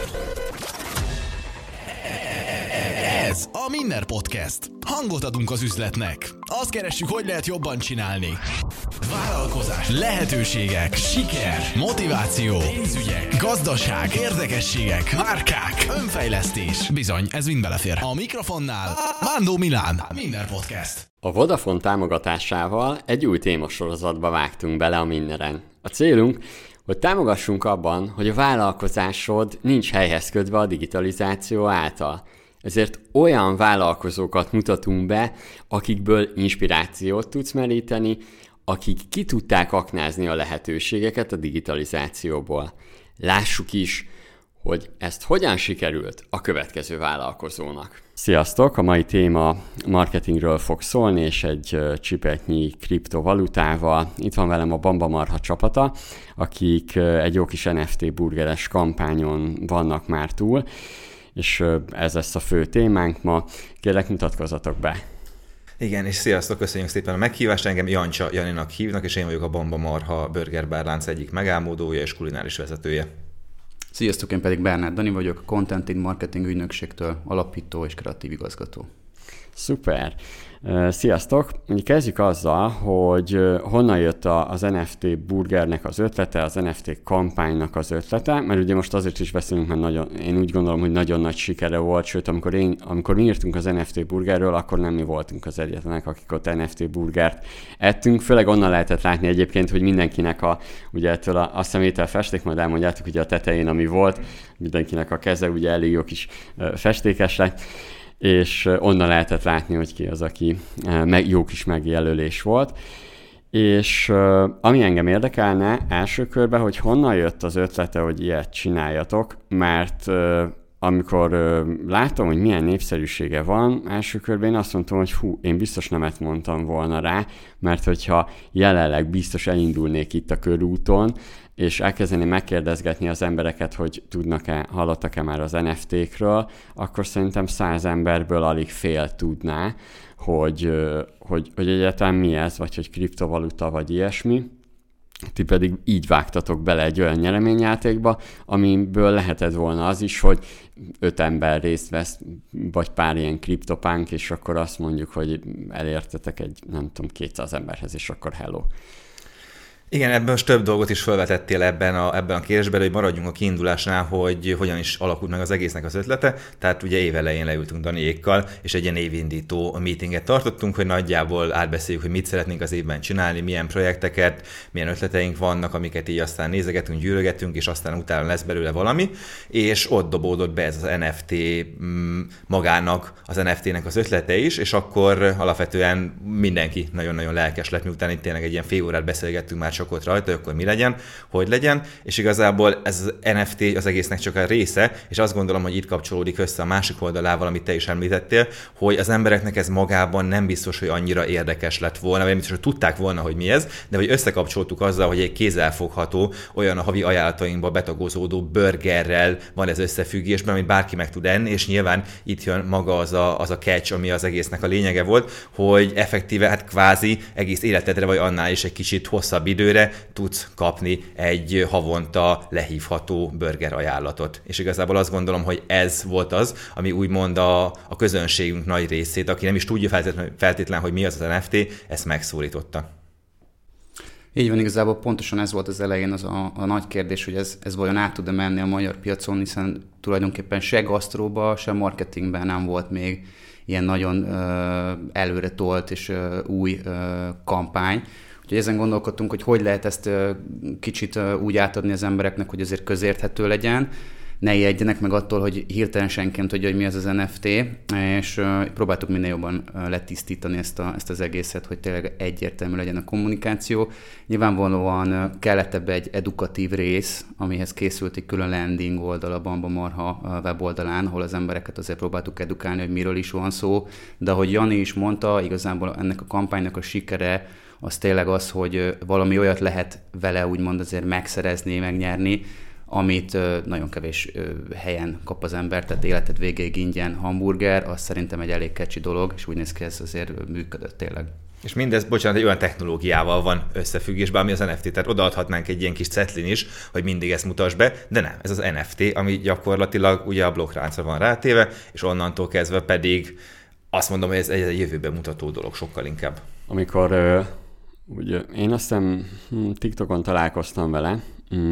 Ez a Minner Podcast. Hangot adunk az üzletnek. Azt keressük, hogy lehet jobban csinálni. Vállalkozás, lehetőségek, siker, motiváció, pénzügyek, gazdaság, érdekességek, márkák, önfejlesztés. Bizony, ez mind belefér. A mikrofonnál Vándó Milán, Minner Podcast. A Vodafone támogatásával egy új témasorozatba vágtunk bele a Minneren. A célunk, hogy támogassunk abban, hogy a vállalkozásod nincs helyhez kötve a digitalizáció által. Ezért olyan vállalkozókat mutatunk be, akikből inspirációt tudsz meríteni, akik ki tudták aknázni a lehetőségeket a digitalizációból. Lássuk is, hogy ezt hogyan sikerült a következő vállalkozónak. Sziasztok! A mai téma marketingről fog szólni, és egy csipetnyi kriptovalutával. Itt van velem a Bamba Marha csapata, akik egy jó kis NFT burgeres kampányon vannak már túl, és ez lesz a fő témánk ma. Kérlek, mutatkozzatok be! Igen, és sziasztok, köszönjük szépen a meghívást, engem Jancsa Janinak hívnak, és én vagyok a Bamba Marha burgerbárlánc egyik megálmodója és kulináris vezetője. Sziasztok, én pedig Bernát Dani vagyok, a Content Marketing ügynökségtől alapító és kreatív igazgató. Szuper! Sziasztok! Kezdjük azzal, hogy honnan jött az NFT burgernek az ötlete, az NFT kampánynak az ötlete, mert ugye most azért is beszélünk, mert én úgy gondolom, hogy nagyon nagy sikere volt, sőt, amikor mi írtunk az NFT burgerről, akkor nem mi voltunk az egyetlenek, akik ott NFT burgert ettünk, főleg onnan lehetett látni egyébként, hogy mindenkinek ugye ettől a szemétel festék, majd elmondjátok, ugye a tetején, ami volt, mindenkinek a keze ugye elég jó kis festékes lett, és onnan lehetett látni, hogy ki az, aki jó kis megjelölés volt. És ami engem érdekelne első körben, hogy honnan jött az ötlete, hogy ilyet csináljatok, mert amikor látom, hogy milyen népszerűsége van, első körben én azt mondtam, hogy én biztos nemet mondtam volna rá, mert hogyha jelenleg biztos elindulnék itt a körúton, és elkezdeném megkérdezgetni az embereket, hogy hallottak-e már az NFT-kről, akkor szerintem 100 emberből alig fél tudná, hogy egyáltalán mi ez, vagy hogy kriptovaluta, vagy ilyesmi. Ti pedig így vágtatok bele egy olyan nyereményjátékba, amiből lehetett volna az is, hogy 5 ember részt vesz, vagy pár ilyen kriptopánk, és akkor azt mondjuk, hogy elértetek egy, nem tudom, 200 emberhez, és akkor hello. Igen, ebben most több dolgot is felvetettél ebben a kérdésben, hogy maradjunk a kiindulásnál, hogy hogyan is alakult meg az egésznek az ötlete. Tehát ugye évelején leültünk Daniékkal, és egy ilyen évindító meetinget tartottunk, hogy nagyjából átbeszéljük, hogy mit szeretnénk az évben csinálni, milyen projekteket, milyen ötleteink vannak, amiket így aztán nézegetünk, gyűrögetünk, és aztán utána lesz belőle valami, és ott dobódott be ez az NFT magának, az NFT-nek az ötlete is, és akkor alapvetően mindenki nagyon-nagyon lelkes lett, miután itt tényleg egy ilyen fél órát beszélgettünk már sokat rajta, akkor mi legyen, hogy legyen, és igazából ez az NFT az egésznek csak a része, és azt gondolom, hogy itt kapcsolódik össze a másik oldalával, amit te is említettél, hogy az embereknek ez magában nem biztos, hogy annyira érdekes lett volna, vagy biztos, hogy tudták volna, hogy mi ez, de hogy összekapcsoltuk azzal, hogy egy kézzelfogható, olyan a havi ajánlatainkba betagozódó burgerrel van ez összefüggésben, amit bárki meg tud enni, és nyilván itt jön maga az a catch, ami az egésznek a lényege volt, hogy effektíve, hát kvázi egész életedre, vagy annál is egy kicsit hosszabb időre tudsz kapni egy havonta lehívható burger ajánlatot. És igazából azt gondolom, hogy ez volt az, ami úgymond a közönségünk nagy részét, aki nem is tudja feltétlen, hogy mi az NFT, ezt megszólította. Így van, igazából pontosan ez volt az elején az a nagy kérdés, hogy ez vajon át tud-e menni a magyar piacon, hiszen tulajdonképpen se gasztróba, se marketingben nem volt még ilyen nagyon előre tolt és új kampány. Úgyhogy ezen gondolkodtunk, hogy lehet ezt kicsit úgy átadni az embereknek, hogy azért közérthető legyen, ne ijedjenek meg attól, hogy hirtelen senki nem tudja, hogy mi az NFT, és próbáltuk minél jobban letisztítani ezt az egészet, hogy tényleg egyértelmű legyen a kommunikáció. Nyilvánvalóan kellett ebbe egy edukatív rész, amihez készült egy külön landing oldal a Bamba Marha weboldalán, ahol az embereket azért próbáltuk edukálni, hogy miről is van szó, de ahogy Jani is mondta, igazából ennek a kampánynak a sikere az tényleg az, hogy valami olyat lehet vele úgymond azért megszerezni, megnyerni, amit nagyon kevés helyen kap az ember, tehát életed végéig ingyen hamburger, az szerintem egy elég catchy dolog, és úgy néz ki, ez azért működött tényleg. És mindez, bocsánat, egy olyan technológiával van összefüggésben, ami az NFT, tehát odaadhatnánk egy ilyen kis cetlin is, hogy mindig ezt mutass be, de nem, ez az NFT, ami gyakorlatilag ugye a blokkláncra van rátéve, és onnantól kezdve pedig azt mondom, hogy ez egy jövőben mutató dolog sokkal inkább. Amikor ugye én aztán TikTokon találkoztam vele,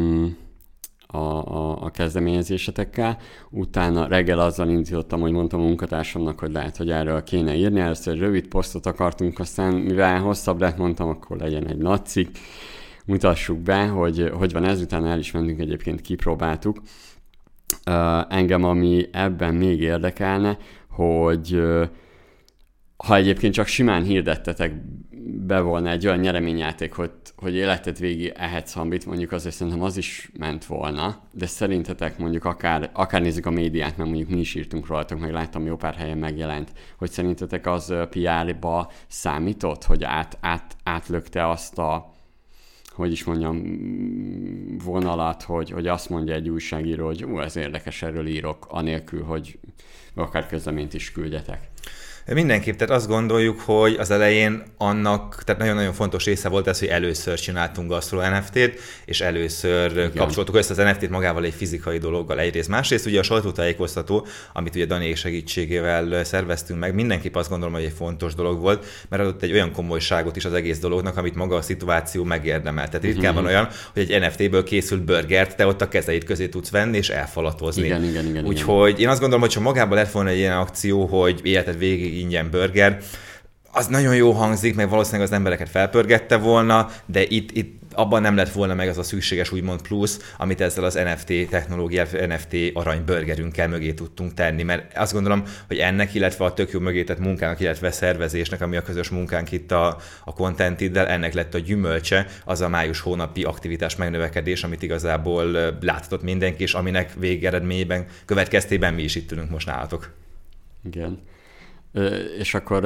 a kezdeményezésetekkel. Utána reggel azzal indítottam, hogy mondtam a munkatársamnak, hogy lehet, hogy erről kéne írni. Először rövid posztot akartunk, aztán mivel hosszabb lett, mondtam, akkor legyen egy nagy cikk. Mutassuk be, hogy van ez, utána el is mentünk, egyébként kipróbáltuk. Engem, ami ebben még érdekelne, hogy ha egyébként csak simán hirdettetek be volna egy olyan nyereményjáték, hogy életed végig ehetsz Hambit, mondjuk azért szerintem az is ment volna, de szerintetek mondjuk akár nézzük a médiát, mert mondjuk mi is írtunk rólatok, meg láttam jó pár helyen megjelent, hogy szerintetek az PR-ba számított, hogy átlökte azt a, hogy is mondjam, vonalat, hogy azt mondja egy újságíró, hogy ez érdekes, erről írok, anélkül, hogy akár közleményt is küldjetek. Mindenképp, tehát azt gondoljuk, hogy az elején annak, tehát nagyon-nagyon fontos része volt ez, hogy először csináltunk gasztro NFT-t, és először kapcsoltuk össze az NFT-t magával egy fizikai dologgal egyrészt. Másrészt ugye a sajtótájékoztató, amit ugye Dani segítségével szerveztünk meg, mindenképp azt gondolom, hogy egy fontos dolog volt, mert adott egy olyan komolyságot is az egész dolognak, amit maga a szituáció megérdemelt. Tehát ritkán van olyan, hogy egy NFT-ből készült burgert te ott a kezeid közé tudsz venni és elfalatozni. Igen. Úgyhogy én azt gondolom, hogy ha magában lett volna egy ilyen akció, hogy életed végig ingyen burger, az nagyon jó hangzik, meg valószínűleg az embereket felpörgette volna, de itt abban nem lett volna meg az a szükséges úgymond plusz, amit ezzel az NFT technológiával, NFT aranyburgerünkkel mögé tudtunk tenni, mert azt gondolom, hogy ennek, illetve a tök jó mögé tett munkának, illetve szervezésnek, ami a közös munkánk itt a Contentiddel, ennek lett a gyümölcse, az a május hónapi aktivitás megnövekedés, amit igazából láthatott mindenki, és aminek végeredményében, következtében mi is itt ülünk most nálatok. Igen. És akkor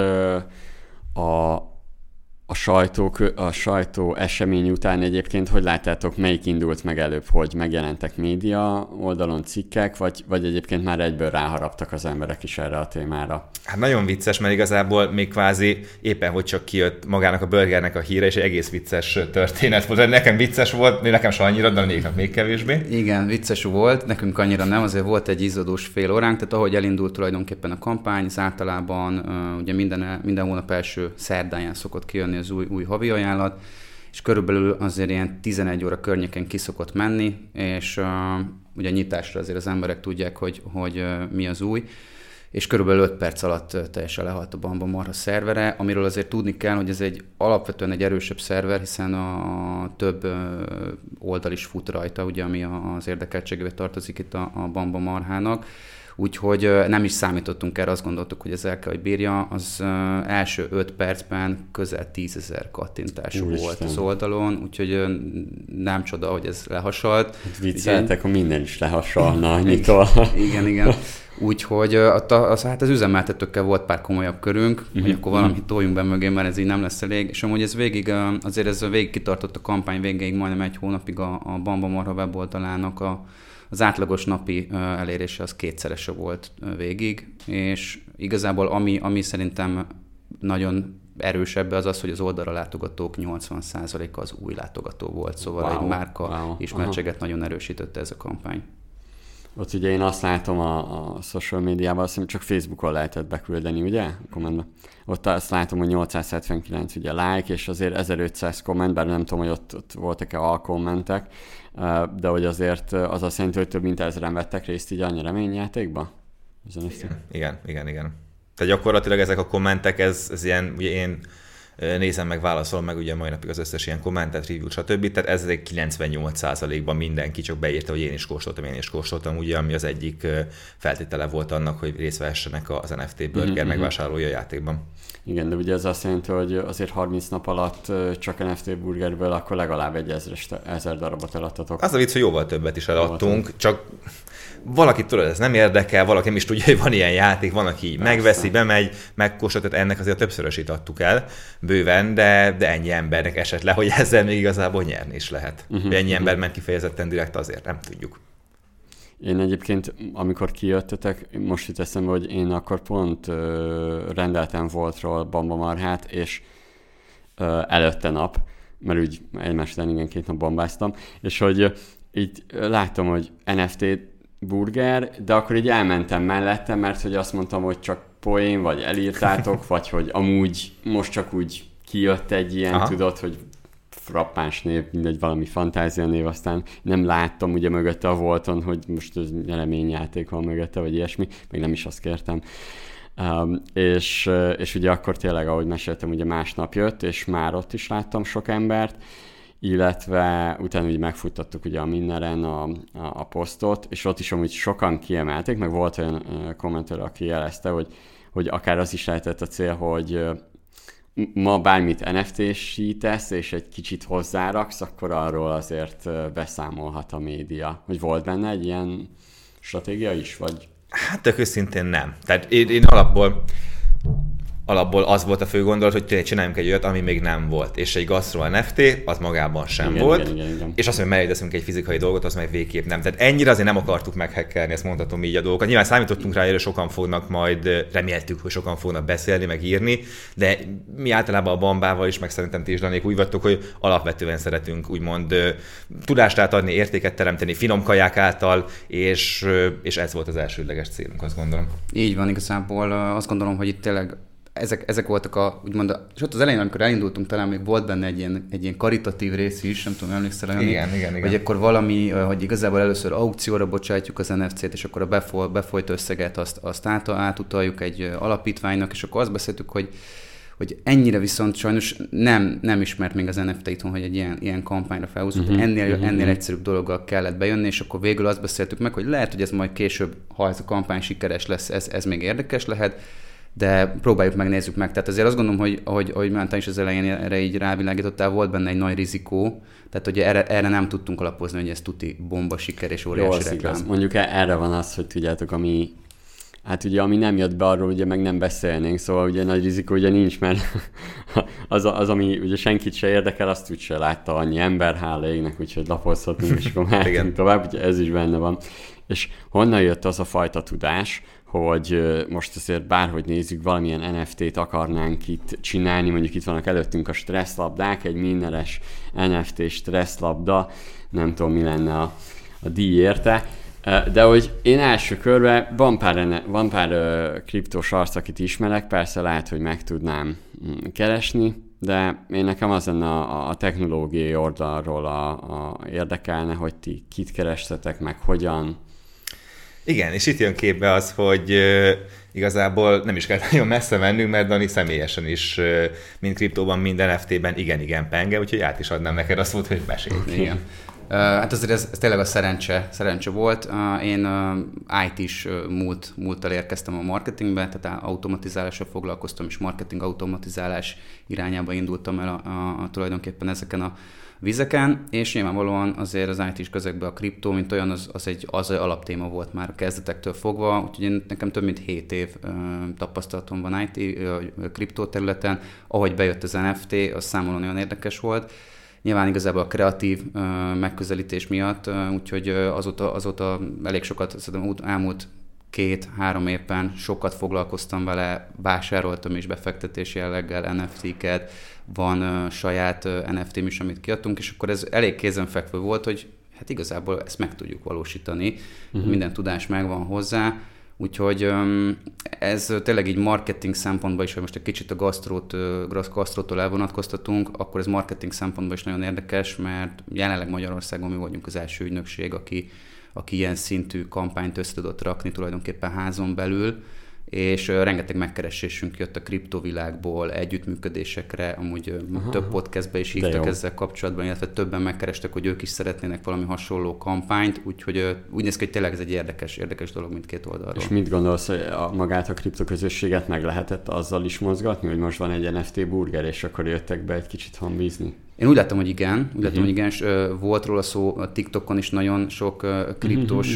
a sajtó esemény után egyébként hogy láttátok, melyik indult meg előbb, hogy megjelentek média oldalon cikkek, vagy egyébként már egyből ráharaptak az emberek is erre a témára? Hát nagyon vicces, mert igazából még kvázi éppen, hogy csak kijött magának a burgernek a híre, és egy egész vicces történet volt. Nekem vicces volt, nekem se annyira, de néknek még kevésbé. Igen, vicces volt, nekünk annyira nem, azért volt egy izzadós fél óránk, tehát ahogy elindult tulajdonképpen a kampány, az általában ugye minden hónap első szerdáján szokott kijönni az új havi ajánlat, és körülbelül azért ilyen 11 óra környéken ki szokott menni, és ugye a nyitásra azért az emberek tudják, hogy mi az új, és körülbelül 5 perc alatt teljesen lehalt a Bamba Marha szervere, amiről azért tudni kell, hogy ez alapvetően egy erősebb szerver, hiszen a több oldal is fut rajta, ugye, ami az érdekeltségébe tartozik itt a Bamba Marhának. Úgyhogy nem is számítottunk erre, azt gondoltuk, hogy ez el kell, hogy bírja. Az első 5 percben közel 10 000 kattintás volt az oldalon, úgyhogy nem csoda, hogy ez lehasalt. Vicceltek, hogy minden is lehasalna annyitól. Igen. Úgyhogy hát az üzemeltetőkkel volt pár komolyabb körünk, hogy akkor valamit toljunk be mögé, mert ez így nem lesz elég. És amúgy ez végig kitartott a kampány végéig, majdnem 1 hónapig a Bamba Marha weboldalának az átlagos napi elérése az 2-szerese volt végig, és igazából ami szerintem nagyon erős ebbe az, hogy az oldalra látogatók 80%-a az új látogató volt, szóval egy márka ismertséget nagyon erősítette ez a kampány. Ott ugye én azt látom a social médiában, azt hiszem csak Facebookon lehetett beküldeni, ugye? Ott azt látom, hogy 879 ugye like, és azért 1500 komment, bár nem tudom, hogy ott voltak-e alkommentek, de hogy azért az azt jelenti, hogy több mint 1000-en vettek részt így a nyereményjátékba? Igen. Tehát gyakorlatilag ezek a kommentek, ez ilyen, ugye én nézem meg, válaszolom meg ugye mai napig az összes ilyen kommentet, review-t, stb. Tehát ez egy 98%-ban mindenki csak beírta, hogy én is kóstoltam, ugye, ami az egyik feltétele volt annak, hogy részt vehessenek az NFT burger megvásárolója a játékban. Igen, de ugye ez azt jelenti, hogy azért 30 nap alatt csak NFT burgerből akkor legalább 1000 darabot eladtatok. Az a vicc, hogy jóval többet is eladtunk, csak valaki tudod, ez nem érdekel, valaki nem is tudja, hogy van ilyen játék, van, aki megveszi, bemegy, megkóstol, tehát ennek azért többszörösét adtuk el bőven, de ennyi embernek esett le, hogy ezzel még igazából nyerni is lehet. Ennyi ember ment kifejezetten direkt, azért nem tudjuk. Én egyébként, amikor kijöttetek, most jut eszembe, hogy én akkor pont rendeltem Voltról Bamba Marhát, és előtte nap, mert úgy egymás után igen 2 nap bombáztam, és hogy így látom, hogy NFT burger, de akkor így elmentem mellette, mert hogy azt mondtam, hogy csak poén, vagy elírtátok, vagy hogy amúgy most csak úgy kijött egy ilyen, tudod, hogy frappáns név, mindegy, valami fantázia név, aztán nem láttam ugye mögötte a Volton, hogy most ez nyereményjáték van mögötte, vagy ilyesmi, meg nem is azt kértem. És ugye akkor tényleg, ahogy meséltem, ugye másnap jött, és már ott is láttam sok embert, illetve utána ugye megfuttattuk ugye a Minneren a posztot, és ott is amúgy sokan kiemelték, meg volt olyan kommentelő, aki jelezte, hogy akár az is lehetett a cél, hogy ma bármit NFT-sítesz, és egy kicsit hozzáraksz, akkor arról azért beszámolhat a média. Hogy volt benne egy ilyen stratégia is, vagy? Hát tök őszintén nem. Tehát én alapból az volt a fő gondolat, hogy tényleg csináljunk egy olyat, ami még nem volt. És egy gasztro NFT, az magában sem volt. Igen. És azt, hogy mellé egy fizikai dolgot, az meg végképp nem. Tehát ennyire azért nem akartuk meghekkelni, ezt mondhatom így a dolgokat. Nyilván számítottunk rá, hogy sokan fognak majd, reméltük, hogy sokan fognak beszélni, meg írni, de mi általában a Bambával is, meg szerintem ti is, Danék, úgy vagytok, hogy alapvetően szeretünk úgymond tudást átadni, értéket teremteni, finom kaják által, és ez volt az elsődleges célunk, azt gondolom. Így van, igazából azt gondolom, hogy itt tényleg ezek voltak és ott az elején, amikor elindultunk, talán még volt benne egy ilyen karitatív rész is, nem tudom, emlékszel, igen. Hogy akkor valami, hogy igazából először aukcióra bocsátjuk az NFT-t, és akkor a befolyt összeget azt átutaljuk egy alapítványnak, és akkor azt beszéltük, hogy ennyire viszont sajnos nem ismert még az NFT itthon, hogy egy ilyen kampányra felhúzunk, ennél egyszerűbb dologgal kellett bejönni, és akkor végül azt beszéltük meg, hogy lehet, hogy ez majd később, ha ez a kampány sikeres lesz, ez még érdekes lehet, de próbáljuk meg, nézzük meg. Tehát azért azt gondolom, hogy már te is az elején erre így rávilágítottál, volt benne egy nagy rizikó, tehát ugye erre nem tudtunk alapozni, hogy ez tuti bomba siker és óriási reklám. Igaz. Mondjuk erre van az, hogy tudjátok, ami nem jött be, arról ugye meg nem beszélnénk, szóval ugye nagy rizikó ugye nincs, mert az ami ugye senkit se érdekel, azt úgyse látta annyi ember, hála égnek, úgyhogy lapozhatunk, és akkor mehetünk tovább, úgyhogy ez is benne van. És honnan jött az a fajta tudás, hogy most azért bárhogy nézzük, valamilyen NFT-t akarnánk itt csinálni, mondjuk itt vannak előttünk a stresszlabdák, egy minneres NFT stresszlabda, nem tudom, mi lenne a díj érte, de hogy én első körben van pár kriptós arc, akit ismerek, persze lehet, hogy meg tudnám keresni, de én nekem az lenne a technológiai oldalról érdekelne, hogy ti kit kerestetek, meg hogyan. Igen, és itt jön képbe az, hogy igazából nem is kell nagyon messze mennünk, mert Dani személyesen is, mind kriptóban, mind NFT-ben igen penge, úgyhogy át is adnám neked azt mondta, hogy mesélj. Igen. Hát azért ez tényleg a szerencse volt. Én IT-s múlttal érkeztem a marketingbe, tehát automatizálással foglalkoztam, és marketing automatizálás irányába indultam el tulajdonképpen ezeken a vizeken, és nyilvánvalóan azért az IT-s közegben a kriptó, mint olyan, az alaptéma volt már a kezdetektől fogva, úgyhogy nekem több mint 7 év tapasztalatom van kriptó területen. Ahogy bejött az NFT, az számomra nagyon érdekes volt. Nyilván igazából a kreatív megközelítés miatt, úgyhogy azóta elég sokat, szerintem elmúlt 2-3 évben sokat foglalkoztam vele, vásároltam is befektetési jelleggel NFT-ket, van saját NFT-m is, amit kiadtunk, és akkor ez elég kézenfekvő volt, hogy hát igazából ezt meg tudjuk valósítani, minden tudás megvan hozzá, úgyhogy ez tényleg így marketing szempontból is, hogy most egy kicsit a gasztrótól elvonatkoztatunk, akkor ez marketing szempontból is nagyon érdekes, mert jelenleg Magyarországon mi vagyunk az első ügynökség, aki ilyen szintű kampányt össze tudott rakni tulajdonképpen házon belül, és rengeteg megkeresésünk jött a kriptovilágból, együttműködésekre, amúgy több podcastbe is hívtak ezzel kapcsolatban, illetve többen megkerestek, hogy ők is szeretnének valami hasonló kampányt, úgyhogy úgy néz ki, hogy tényleg ez egy érdekes dolog mindkét oldalról. És mit gondolsz, hogy magát a kriptoközösséget meg lehetett azzal is mozgatni, hogy most van egy NFT burger, és akkor jöttek be egy kicsit hambízni? Én úgy láttam, hogy igen. És volt róla szó, a TikTokon is nagyon sok kriptós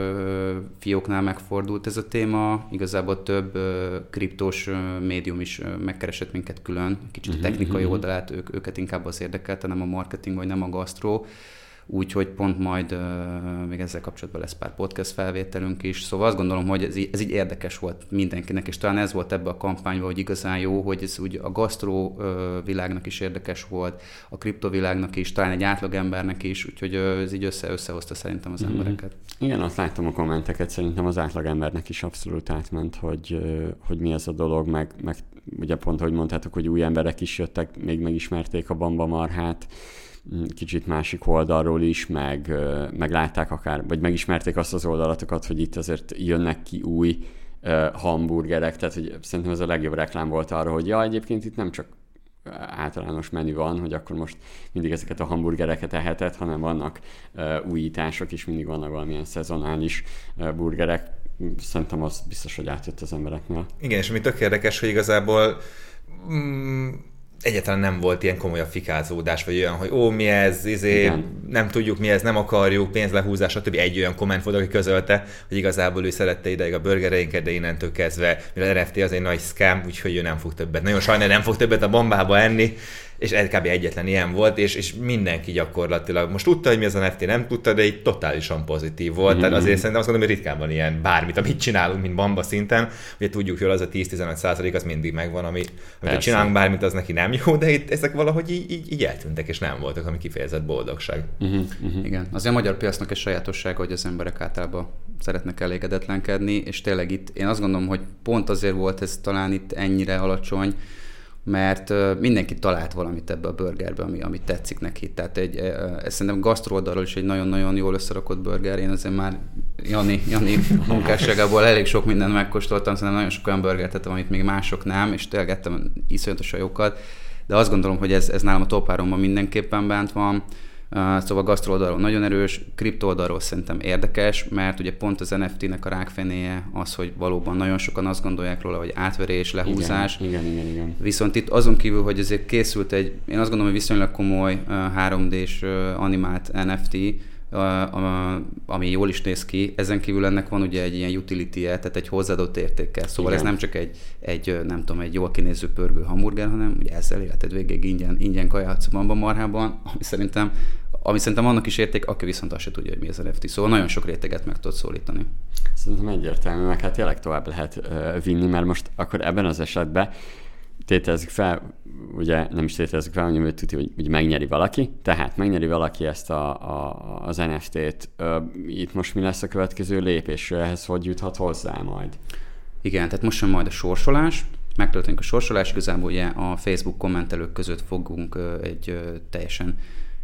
fióknál megfordult ez a téma. Igazából több kriptós médium is megkeresett minket külön. Kicsit a technikai oldalát, őket inkább az érdekelte, nem a marketing, vagy nem a gasztró. úgyhogy pont majd még ezzel kapcsolatban lesz pár podcast felvételünk is. Szóval azt gondolom, hogy ez így érdekes volt mindenkinek, és talán ez volt ebbe a kampányban, hogy igazán jó, hogy ez úgy a gasztró világnak is érdekes volt, a kriptovilágnak is, talán egy átlagembernek is, úgyhogy ez így összehozta szerintem az embereket. Igen, azt láttam a kommenteket, szerintem az átlagembernek is abszolút átment, hogy mi ez a dolog, meg ugye pont, hogy mondtátok, hogy új emberek is jöttek, még megismerték a Bamba marhát, kicsit másik oldalról is, meg látták akár, vagy megismerték azt az oldalatokat, hogy itt azért jönnek ki új hamburgerek, tehát hogy szerintem ez a legjobb reklám volt arra, hogy egyébként itt nem csak általános menü van, hogy akkor most mindig ezeket a hamburgereket eheted, hanem vannak újítások is, mindig vannak valamilyen szezonális burgerek. Szerintem az biztos, hogy átjött az embereknél. Igen, és ami tök érdekes, hogy igazából egyáltalán nem volt ilyen komolyabb fikázódás, vagy olyan, hogy mi ez, nem tudjuk mi ez, nem akarjuk, pénzlehúzás, stb. Egy olyan komment volt, aki közölte, hogy igazából ő szerette ideig a burgereinket, de innentől kezdve, mivel NFT az egy nagy scam, úgyhogy ő nem fog többet. Nagyon sajnálom, nem fog többet a Bambába enni, és kb. Egyetlen ilyen volt, és mindenki gyakorlatilag most tudta, hogy mi az a NFT, nem tudta, de így totálisan pozitív volt. Tehát azért szerintem azt mondom, hogy ritkán van ilyen bármit, amit csinálunk, mint Bamba szinten. Ugye tudjuk jól, az a 10-15% az mindig megvan, amit csinálunk bármit, az neki nem jó, de itt ezek valahogy így eltűntek, és nem voltak, ami kifejezett boldogság. Igen. Azért a magyar piacnak egy sajátossága, hogy az emberek általában szeretnek elégedetlenkedni, és tényleg itt én azt gondolom, hogy pont azért volt ez talán itt ennyire alacsony, mert mindenki talált valamit ebbe a burgerbe, ami tetszik neki. Tehát ez szerintem gasztró oldalról is egy nagyon-nagyon jól összerakott burger. Én azért már Jani munkásságából elég sok mindent megkóstoltam, szerintem nagyon sok olyan burgert tettem, amit még mások nem, és tényleg ettem iszonyatosan jókat. De azt gondolom, hogy ez nálam a top 3-ban mindenképpen bent van. Szóval gasztró oldalról nagyon erős, kripto oldalról szerintem érdekes, mert ugye pont az NFT-nek a rákfenéje az, hogy valóban nagyon sokan azt gondolják róla, hogy átverés, lehúzás. Igen. Viszont itt azon kívül, hogy azért készült én azt gondolom, hogy viszonylag komoly 3D-s animált NFT, ami jól is néz ki, ezen kívül ennek van ugye egy ilyen utility-je, tehát egy hozzáadott értékkel. Szóval igen. Ez nem csak egy jól kinéző pörgő hamburger, hanem ugye ezzel életed végig ingyen kajálhatsz a Bamba marhában, ami szerintem annak is érték, aki viszont azt se tudja, hogy mi az NFT. Szóval nagyon sok réteget meg tudod szólítani. Szerintem egyértelmű, meg hát tényleg tovább lehet vinni, mert most akkor ebben az esetben tételezzük fel, ugye nem is tételezzük fel, hanem ő tudja, hogy megnyeri valaki, tehát megnyeri valaki ezt az NFT-t. Itt most mi lesz a következő lépés? Ehhez hogy juthat hozzá majd? Igen, tehát most jön majd a sorsolás, megtörténik a sorsolás, igazából ugye a Facebook kommentelők között fogunk egy teljesen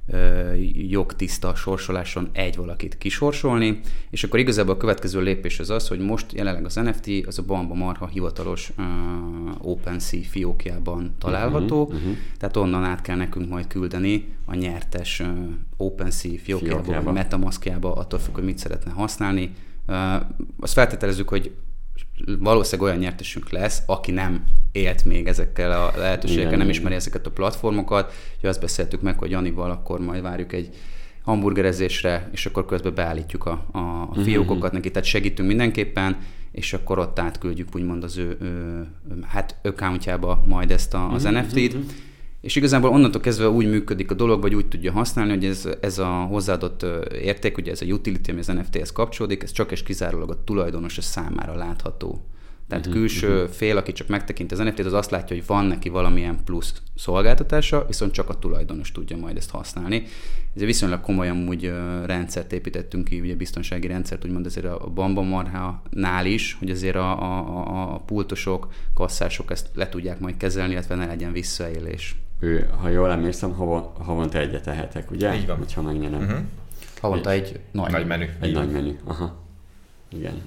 jogtiszta sorsoláson egy valakit kisorsolni, és akkor igazából a következő lépés az, hogy most jelenleg az NFT az a Bamba marha hivatalos OpenSea fiókjában található, tehát onnan át kell nekünk majd küldeni a nyertes OpenSea fiókjába, vagy Metamaskjába, attól függ, hogy mit szeretne használni. Azt feltételezzük, hogy valószínűleg olyan nyertesünk lesz, aki nem élt még ezekkel a lehetőségekkel, nem ismeri ezeket a platformokat. Ugye azt beszéltük meg, hogy Janival akkor majd várjuk egy hamburgerezésre, és akkor közben beállítjuk a fiókokat neki, tehát segítünk mindenképpen, és akkor ott átküldjük úgymond az ő accountjába majd ezt az NFT-t. És igazából onnantól kezdve úgy működik a dolog, vagy úgy tudja használni, hogy ez a hozzáadott érték, ugye ez a utility, ami az NFT-hez kapcsolódik, ez csak és kizárólag a tulajdonos számára látható. Tehát külső fél, aki csak megtekinti az NFT-t, az azt látja, hogy van neki valamilyen plusz szolgáltatása, viszont csak a tulajdonos tudja majd ezt használni. Ez viszonylag komolyan úgy rendszert építettünk ki, ugye biztonsági rendszert, úgymond azért a Bamba marhánál is, hogy azért a pultosok, kasszások ezt le tudják majd kezelni, illetve ne legyen visszaélés. Ha jól emlékszem, havonta egyet ehetek, ugye? Így van. Hogyha megnyerem. Havonta egy nagy menü. Egy nagy menü. Aha. Igen.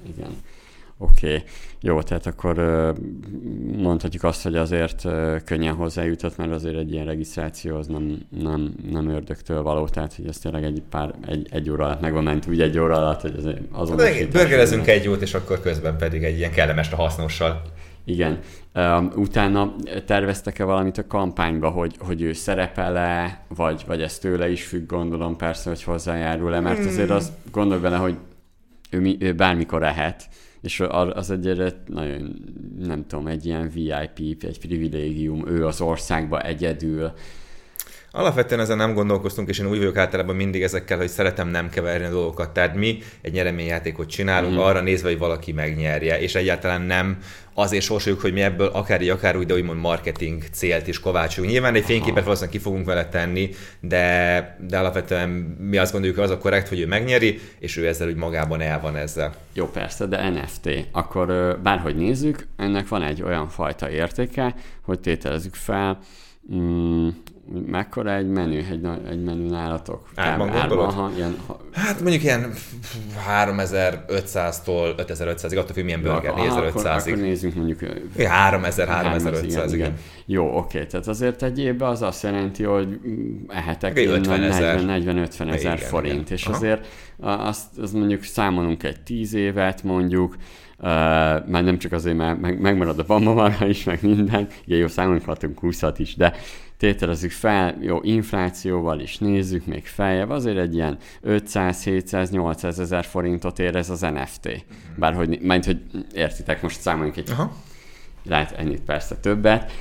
Oké. Jó, tehát akkor mondhatjuk azt, hogy azért könnyen hozzájutott, mert azért egy ilyen regisztráció az nem ördögtől való, tehát hogy ez tényleg egy óra alatt megvan ment, úgy egy óra alatt, hogy azért azonosítás. Burgerezünk egy jót, és akkor közben pedig egy ilyen kellemes hasznossal. Igen. Utána terveztek-e valamit a kampányba, hogy ő szerepel-e, vagy ez tőle is függ, gondolom persze, hogy hozzájárul-e, mert azért azt gondolj bele, hogy ő bármikor ehet, és az egy nagyon, nem tudom, egy ilyen VIP, egy privilégium, ő az országba egyedül. Alapvetően ezen nem gondolkoztunk, és én úgy vagyok általában mindig ezekkel, hogy szeretem nem keverni a dolgokat. Tehát mi egy nyereményjátékot csinálunk, arra nézve, hogy valaki megnyerje, és egyáltalán nem azért sorsoljuk, hogy mi ebből akár így, akár úgy, de úgymond marketing célt is kovácsolunk. Nyilván egy fényképet valószínűleg ki fogunk vele tenni, de alapvetően mi azt gondoljuk, hogy az a korrekt, hogy ő megnyeri, és ő ezzel úgy magában el van ezzel. Jó, persze, de NFT. Akkor bárhogy nézzük, ennek van egy olyan fajta értéke, hogy tételezzük fel, mekkora egy menü, egy menü nálatok? Árban gondolod? Hát mondjuk ilyen 3500-tól 5500-ig, attól függ, milyen burger, 4500-ig. Akkor nézzünk mondjuk 3000-3500-ig. Igen. Jó, oké, tehát azért egy évben az azt jelenti, hogy ehetek 40-50 ezer forint, és azért azt mondjuk számolunk egy 10 évet mondjuk, már nem csak azért, mert megmarad a bambamarha is, meg minden, igen, jó, számolhatunk 20-at is, de tételezzük fel, jó, inflációval is nézzük még feljebb, azért egy ilyen 500-700-800 ezer forintot ér ez az NFT. Bárhogy, mert hogy értitek, most számoljunk egy, lehet ennyit persze többet,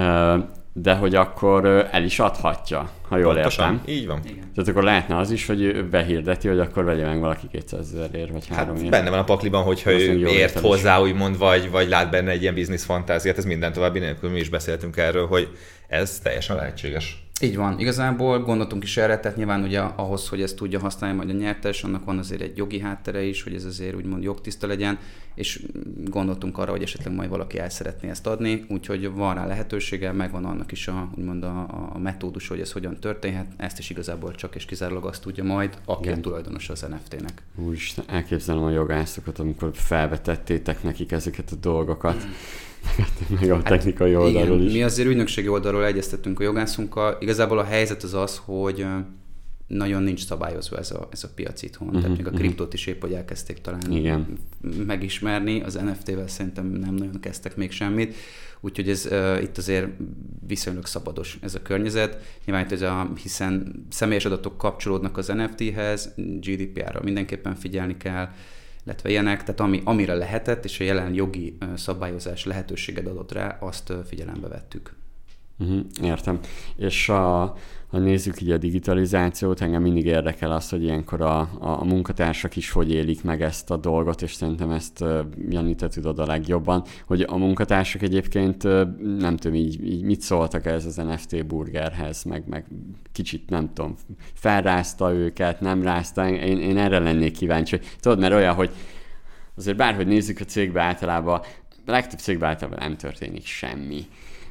de hogy akkor el is adhatja, ha jól értem. Így van. Igen. Tehát akkor lehetne az is, hogy ő behirdeti, hogy akkor vegye meg valaki 200 000 vagy 3 ér. Benne van a pakliban, hogyha ő ért hozzá, úgymond, vagy lát benne egy ilyen biznisz fantáziát, ez minden további nélkül, mi is beszéltünk erről, hogy ez teljesen lehetséges. Így van. Igazából gondoltunk is erre, tehát nyilván ugye ahhoz, hogy ezt tudja használni majd a nyertes, annak van azért egy jogi háttere is, hogy ez azért úgymond jogtiszta legyen, és gondoltunk arra, hogy esetleg majd valaki el szeretné ezt adni, úgyhogy van rá lehetősége, megvan annak is úgymond a metódus, hogy ez hogyan történhet, ezt is igazából csak és kizárólag azt tudja majd, aki a tulajdonos az NFT-nek. Úristen, elképzelem a jogászokat, amikor felvetettétek nekik ezeket a dolgokat. Meg a technikai oldalról igen, is. Mi azért ügynökségi oldalról egyeztettünk a jogászunkkal. Igazából a helyzet az, hogy nagyon nincs szabályozva ez a piac itthon. Tehát még a kriptót is épp, hogy elkezdték talán megismerni. Az NFT-vel szerintem nem nagyon kezdtek még semmit. Úgyhogy ez itt azért viszonylag szabados ez a környezet. Nyilván, hiszen személyes adatok kapcsolódnak az NFT-hez, GDPR-ra mindenképpen figyelni kell, illetve ilyenek, tehát amire lehetett, és a jelen jogi szabályozás lehetőséged adott rá, azt figyelembe vettük. Értem. És ha nézzük így a digitalizációt, engem mindig érdekel az, hogy ilyenkor a munkatársak is hogy élik meg ezt a dolgot, és szerintem ezt Jani, te tudod a legjobban, hogy a munkatársak egyébként nem tudom, így mit szóltak ez az NFT burgerhez, meg kicsit nem tudom, felrázta őket, nem rázta, én erre lennék kíváncsi. Tudod, mert olyan, hogy azért bárhogy nézzük a cégbe általában, a legtöbb cégben általában nem történik semmi.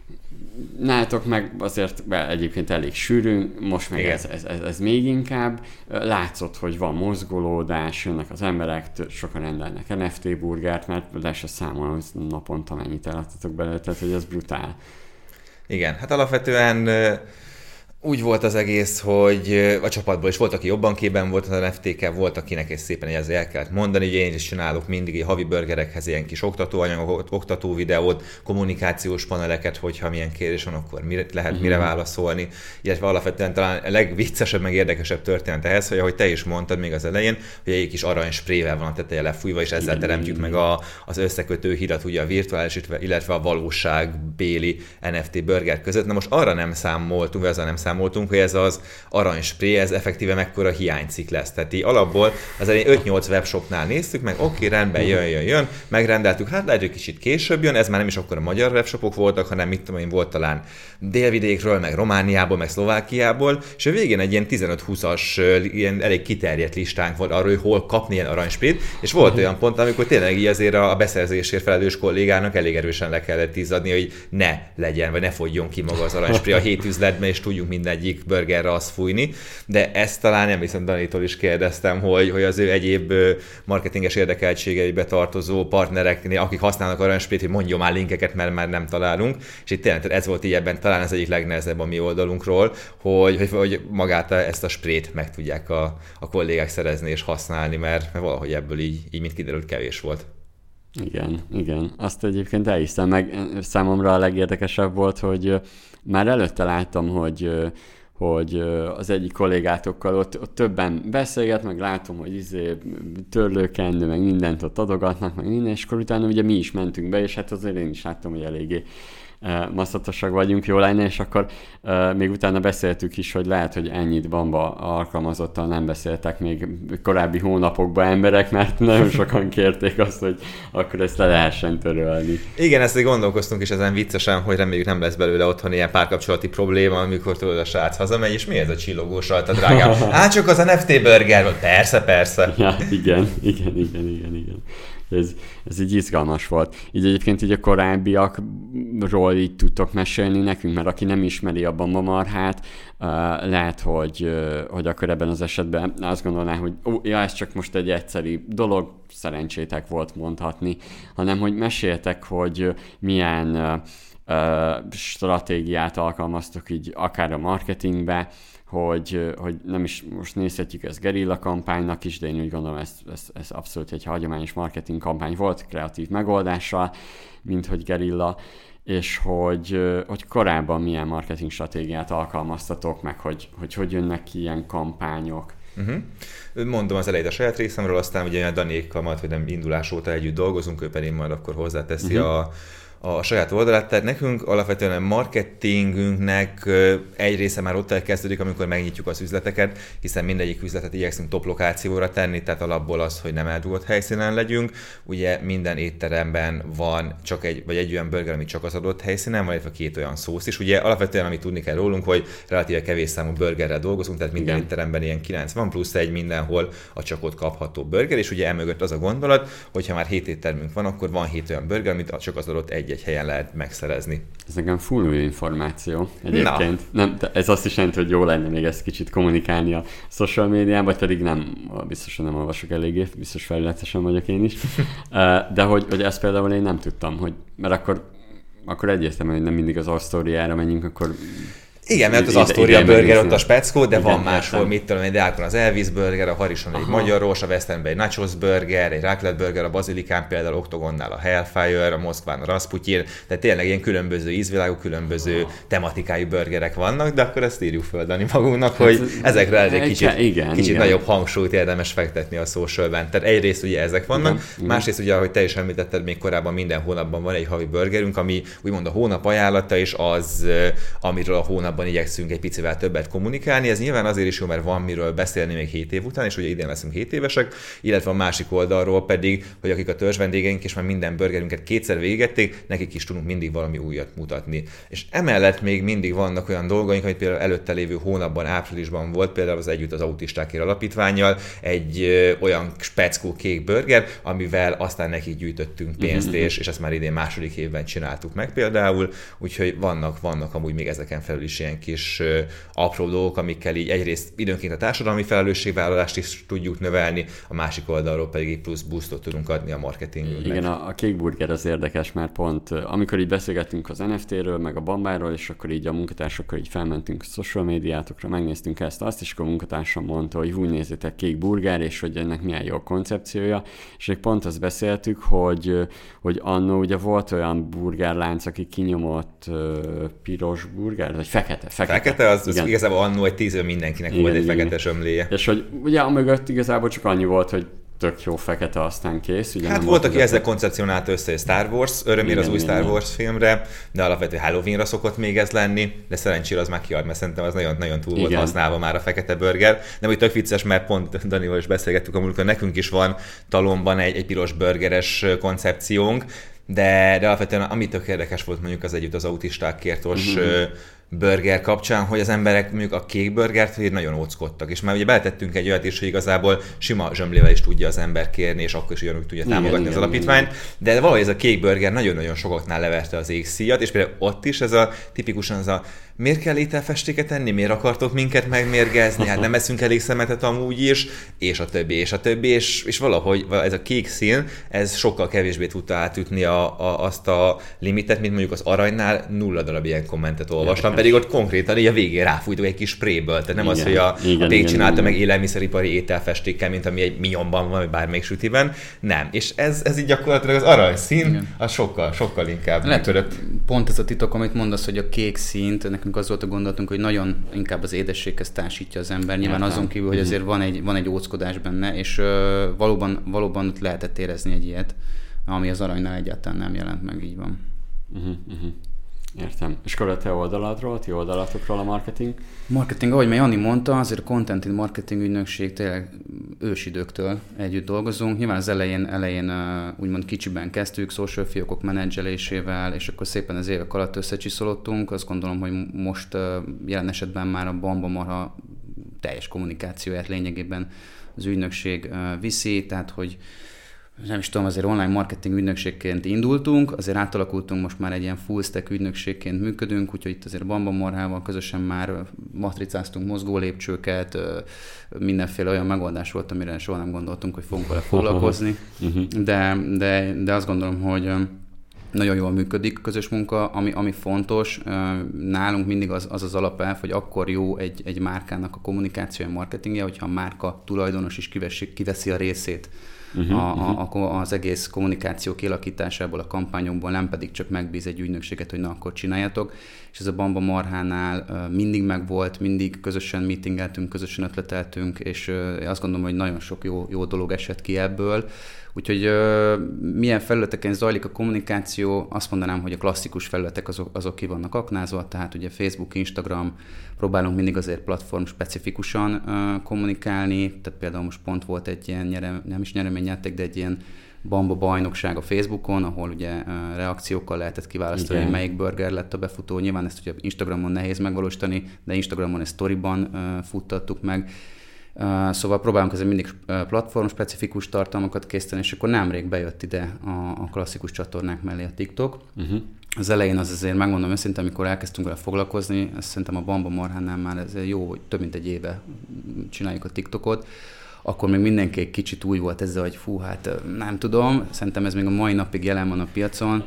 Nálatok meg azért egyébként elég sűrűn, most meg ez még inkább. Látszott, hogy van mozgolódás, jönnek az emberek, sokan rendelnek NFT burgert, mert le se számolom, hogy naponta mennyit eladtatok belőle, tehát hogy ez brutál. Igen, hát alapvetően úgy volt az egész, hogy a csapatból is volt, aki jobban képben volt az NFT-kel, volt, akinek ezt szépen ezzel el kellett mondani, hogy én is csinálok mindig egy havi burgerekhez ilyen kis oktatóanyagot, oktató videót, kommunikációs paneleket, hogyha milyen kérdés van, akkor mire válaszolni, illetve alapvetően talán a legviccesebb, meg érdekesebb történet ehhez, hogy ahogy te is mondtad még az elején, hogy egy kis arany sprével van a teteje lefújva, és ezzel teremtjük meg az összekötő hidat ugye a virtuális, illetve a valóságbéli NFT burger között. Na most arra nem számoltunk, vagy azzal nem számoltunk, hogy ez az aranyspré, ez effektíve mekkora hiánycikk lesz. Tehát így alapból az elején 5-8 webshopnál néztük meg, oké, rendben, jön, megrendeltük, hát lehet, hogy kicsit később jön, ez már nem is akkor a magyar webshopok voltak, hanem mit tudom én, volt talán Délvidékről, meg Romániából, meg Szlovákiából, és a végén egy ilyen 15-20-as, ilyen elég kiterjedt listánk volt arról, hogy hol kapni ilyen aranysprét, és volt olyan pont, amikor tényleg így azért a beszerzésért felelős kollégának elég erősen le kellett izzadni, hogy ne legyen, vagy ne fogjon ki maga az aranyspré a 7 üzletben, és tudjunk mindegyik burgerre azt fújni, de ezt talán emlékszem Danitól is kérdeztem, hogy az ő egyéb marketinges érdekeltségeibe tartozó partnereknél, akik használnak aranysprét, hogy mondjon már linkeket, mert már nem találunk, és itt tényleg ez volt így ebben talán az egyik legnehezebb a mi oldalunkról, hogy magát ezt a sprét meg tudják a kollégák szerezni és használni, mert valahogy ebből így mint kiderült kevés volt. Igen. Azt egyébként elhiszem, meg számomra a legérdekesebb volt, hogy már előtte láttam, hogy az egyik kollégátokkal ott többen beszélget, meg látom, hogy törlőkendő, meg mindent ott adogatnak, meg minden, és akkor utána ugye mi is mentünk be, és hát azért én is láttam, hogy maszatosak vagyunk, jó lenne, és akkor még utána beszéltük is, hogy lehet, hogy ennyit Bamba alkalmazottan nem beszéltek még korábbi hónapokban emberek, mert nagyon sokan kérték azt, hogy akkor ezt le lehessen törölni. Igen, ezt gondolkoztunk is ezen viccesen, hogy reméljük nem lesz belőle otthon ilyen párkapcsolati probléma, amikor tudod a srác hazamegy, és mi ez a csillogós rajta, drágám? Csak az NFT burger volt. Persze. Ja, igen. Ez így izgalmas volt. Így egyébként így a korábbiakról így tudtok mesélni nekünk, mert aki nem ismeri a Bamba marhát, lehet, hogy akkor ebben az esetben azt gondolná, hogy ez csak most egy egyszerű dolog, szerencsétek volt mondhatni, hanem hogy meséltek, hogy milyen stratégiát alkalmaztok így akár a marketingbe, hogy nem is most nézhetjük ezt gerilla kampánynak is, de én úgy gondolom, ez abszolút egy hagyományos marketing kampány volt, kreatív megoldással, mint hogy gerilla, és hogy korábban milyen marketing stratégiát alkalmaztatok, meg hogy jönnek ki ilyen kampányok. Mondom az elejét a saját részemről, aztán ugye a Daniékkal majd, hogy nem indulás óta együtt dolgozunk, ő pedig majd akkor hozzáteszi a saját oldalát. Tehát nekünk alapvetően a marketingünknek egy része már ott elkezdődik, amikor megnyitjuk az üzleteket, hiszen mindegyik üzletet igyekszünk top lokációra tenni, tehát alapból az, hogy nem eldugott helyszínen legyünk. Ugye minden étteremben van csak egy olyan burger, ami csak az adott helyszínen, vagy 2 olyan szósz is. Ugye alapvetően, amit tudni kell rólunk, hogy relatíve kevés számú burgerrel dolgozunk, tehát minden étteremben ilyen 90 plusz 1 mindenhol a csak ott kapható burger, és ugye emögött az a gondolat, hogy ha már 7 éttermünk van, akkor van 7 olyan burger, amit csak az adott egy helyen lehet megszerezni. Ez nekem full új információ egyébként. Nem, ez azt is jelenti, hogy jó lenne még ezt kicsit kommunikálni a social médián, vagy pedig nem, biztosan nem olvasok eléggé, biztos felületesen vagyok én is. De hogy ezt például én nem tudtam, mert akkor egyértelmű, hogy nem mindig az Astoria-ra menjünk, akkor... Igen, mert az Astoria burger ott a speckó, de van máshol, mit tudom, egy Deákon az Elvis burger, a Harison egy magyaros, a West Endben egy nachos burger, egy raclette burger, a Bazilikán például, Octogonnál a Hellfire, a Moszkván a Rasputin, tehát tényleg ilyen különböző ízvilágú, különböző tematikájú burgerek vannak, de akkor ezt írjuk föl Dani magunknak, hogy ezekre egy kicsit nagyobb hangsúlyt érdemes fektetni a socialben. Tehát egyrészt ugye ezek vannak, másrészt ugye, ahogy te is említetted, még korábban minden hónapban van egy havi burgerünk, ami úgymond a hónap ajánlata, és az, amiről a hónapban igyekszünk egy picivel többet kommunikálni. Ez nyilván azért is jó, mert van miről beszélni még 7 év után, és ugye idén leszünk 7 évesek, illetve a másik oldalról pedig, hogy akik a törzs vendégeink és már minden burgerünket 2-szer végigették, nekik is tudunk mindig valami újat mutatni. És emellett még mindig vannak olyan dolgaink, amit például előtte lévő hónapban, áprilisban volt, például az Együtt az Autistákért Alapítvánnyal egy olyan speckó kék burger, amivel aztán nekik gyűjtöttünk pénzt, és ezt már idén második évben csináltuk meg például, úgyhogy vannak amúgy még ezeken felül is ilyen kis apró dolgok, amikkel így egyrészt időnként a társadalmi felelősségvállalást is tudjuk növelni, a másik oldalról pedig egy plusz boostot tudunk adni a marketingünknek. Igen, a kék burger az érdekes, mert pont amikor így beszélgettünk az NFT-ről, meg a Bambáról, és akkor így a munkatársakkal így felmentünk a social médiátokra, megnéztünk azt, és akkor a munkatársam mondta, hogy úgy nézzétek, kék burger, és hogy ennek milyen jó koncepciója, és még pont azt beszéltük, hogy annó ugye volt olyan burgerlánc, aki kinyomott piros burger, vagy fekete, az igazából annó egy 10 éve mindenkinek volt egy fekete zsömléje. És hogy ugye amögött igazából csak annyi volt, hogy tök jó fekete, aztán kész. Ugye hát volt, aki ezzel koncepcionálta össze egy Star Wars, örömére az új Star Wars filmre, de alapvetően Halloweenra szokott még ez lenni, de szerencsére az már kiad, mert szerintem az nagyon túl volt használva már a fekete burger. De úgy tök vicces, mert pont Danival is beszélgettük, amikor nekünk is van Talonban egy piros burgeres koncepciónk, de alapvetően ami tök érdekes volt mondjuk az Együtt az Autistákért burger kapcsán, hogy az emberek mondjuk a kék burgert nagyon óckodtak, és már ugye beletettünk egy olyat is, hogy igazából sima zsömlével is tudja az ember kérni, és akkor is ugyanúgy tudja támogatni az alapítványt, de valahogy ez a kék burger nagyon-nagyon sokaknál leverte az égszíjat, és például ott is ez tipikusan ez a miért kell ételfestéket enni, miért akartok minket megmérgezni, hát nem eszünk elég szemetet amúgy is, és a többi, és valahogy ez a kék szín, ez sokkal kevésbé tudta átütni azt a limitet, mint mondjuk az Aranynál 0 darab ilyen kommentet olvastam, pedig ott konkrétan így a végén ráfújtuk egy kis spréből, tehát nem az, hogy a Pék csinálta meg élelmiszeripari ételfestékkel, mint ami egy Mignonban van, vagy bármelyik sütiben, nem. És ez így gyakorlatilag az aranyszín, az sokkal inkább működött. Pont ez a titok, amit mondasz, hogy a kék színt, nekünk az volt a gondolatunk, hogy nagyon inkább az édességhez társítja az ember, nyilván azon kívül, hogy azért van egy óckodás benne, és valóban ott lehetett érezni egy ilyet, ami az Aranynál egyáltalán nem jelent meg, így van. Értem. És akkor a te oldaladról, ti oldalatokról a marketing? Marketing, ahogy Jani mondta, azért a Content in Marketing ügynökség tényleg ősidőktől együtt dolgozunk. Nyilván az elején úgymond kicsiben kezdtük, social fiókok menedzselésével, és akkor szépen az évek alatt összecsiszolottunk. Azt gondolom, hogy most jelen esetben már a Bamba Marha teljes kommunikációját lényegében az ügynökség viszi, tehát hogy nem is tudom, azért online marketing ügynökségként indultunk, azért átalakultunk, most már egy ilyen full stack ügynökségként működünk, úgyhogy itt azért Bamba Marhával közösen már matricáztunk mozgólépcsőket, mindenféle olyan megoldás volt, amire soha nem gondoltunk, hogy fogunk vele foglalkozni, de azt gondolom, hogy nagyon jól működik a közös munka, ami fontos. Nálunk mindig az alapelv, hogy akkor jó egy márkának a kommunikációja, marketingje, hogyha a márka tulajdonos is kiveszi a részét az egész kommunikáció kialakításából, a kampányokból, nem pedig csak megbíz egy ügynökséget, hogy na, akkor csináljatok. És ez a Bamba Marhánál mindig megvolt, mindig közösen meetingeltünk, közösen ötleteltünk, és azt gondolom, hogy nagyon sok jó dolog esett ki ebből. Úgyhogy milyen felületeken zajlik a kommunikáció, azt mondanám, hogy a klasszikus felületek azok ki vannak aknázva, tehát ugye Facebook, Instagram, próbálunk mindig azért platform specifikusan kommunikálni, tehát például most pont volt egy ilyen, nem is nyereményjáték, de egy ilyen Bamba bajnokság a Facebookon, ahol ugye reakciókkal lehetett kiválasztani, hogy melyik burger lett a befutó. Nyilván ezt ugye Instagramon nehéz megvalósítani, de Instagramon egy storyban futtattuk meg. Szóval próbálunk ezzel mindig platform-specifikus tartalmakat készíteni, és akkor nemrég bejött ide a klasszikus csatornák mellé a TikTok. Az elején az azért megmondom őszintén, amikor elkezdtünk vele foglalkozni, azt szerintem a Bamba Marhánál már ez jó, hogy több mint egy éve csináljuk a TikTokot, akkor még mindenki egy kicsit új volt ezzel, hogy fú, hát nem tudom, szerintem ez még a mai napig jelen van a piacon,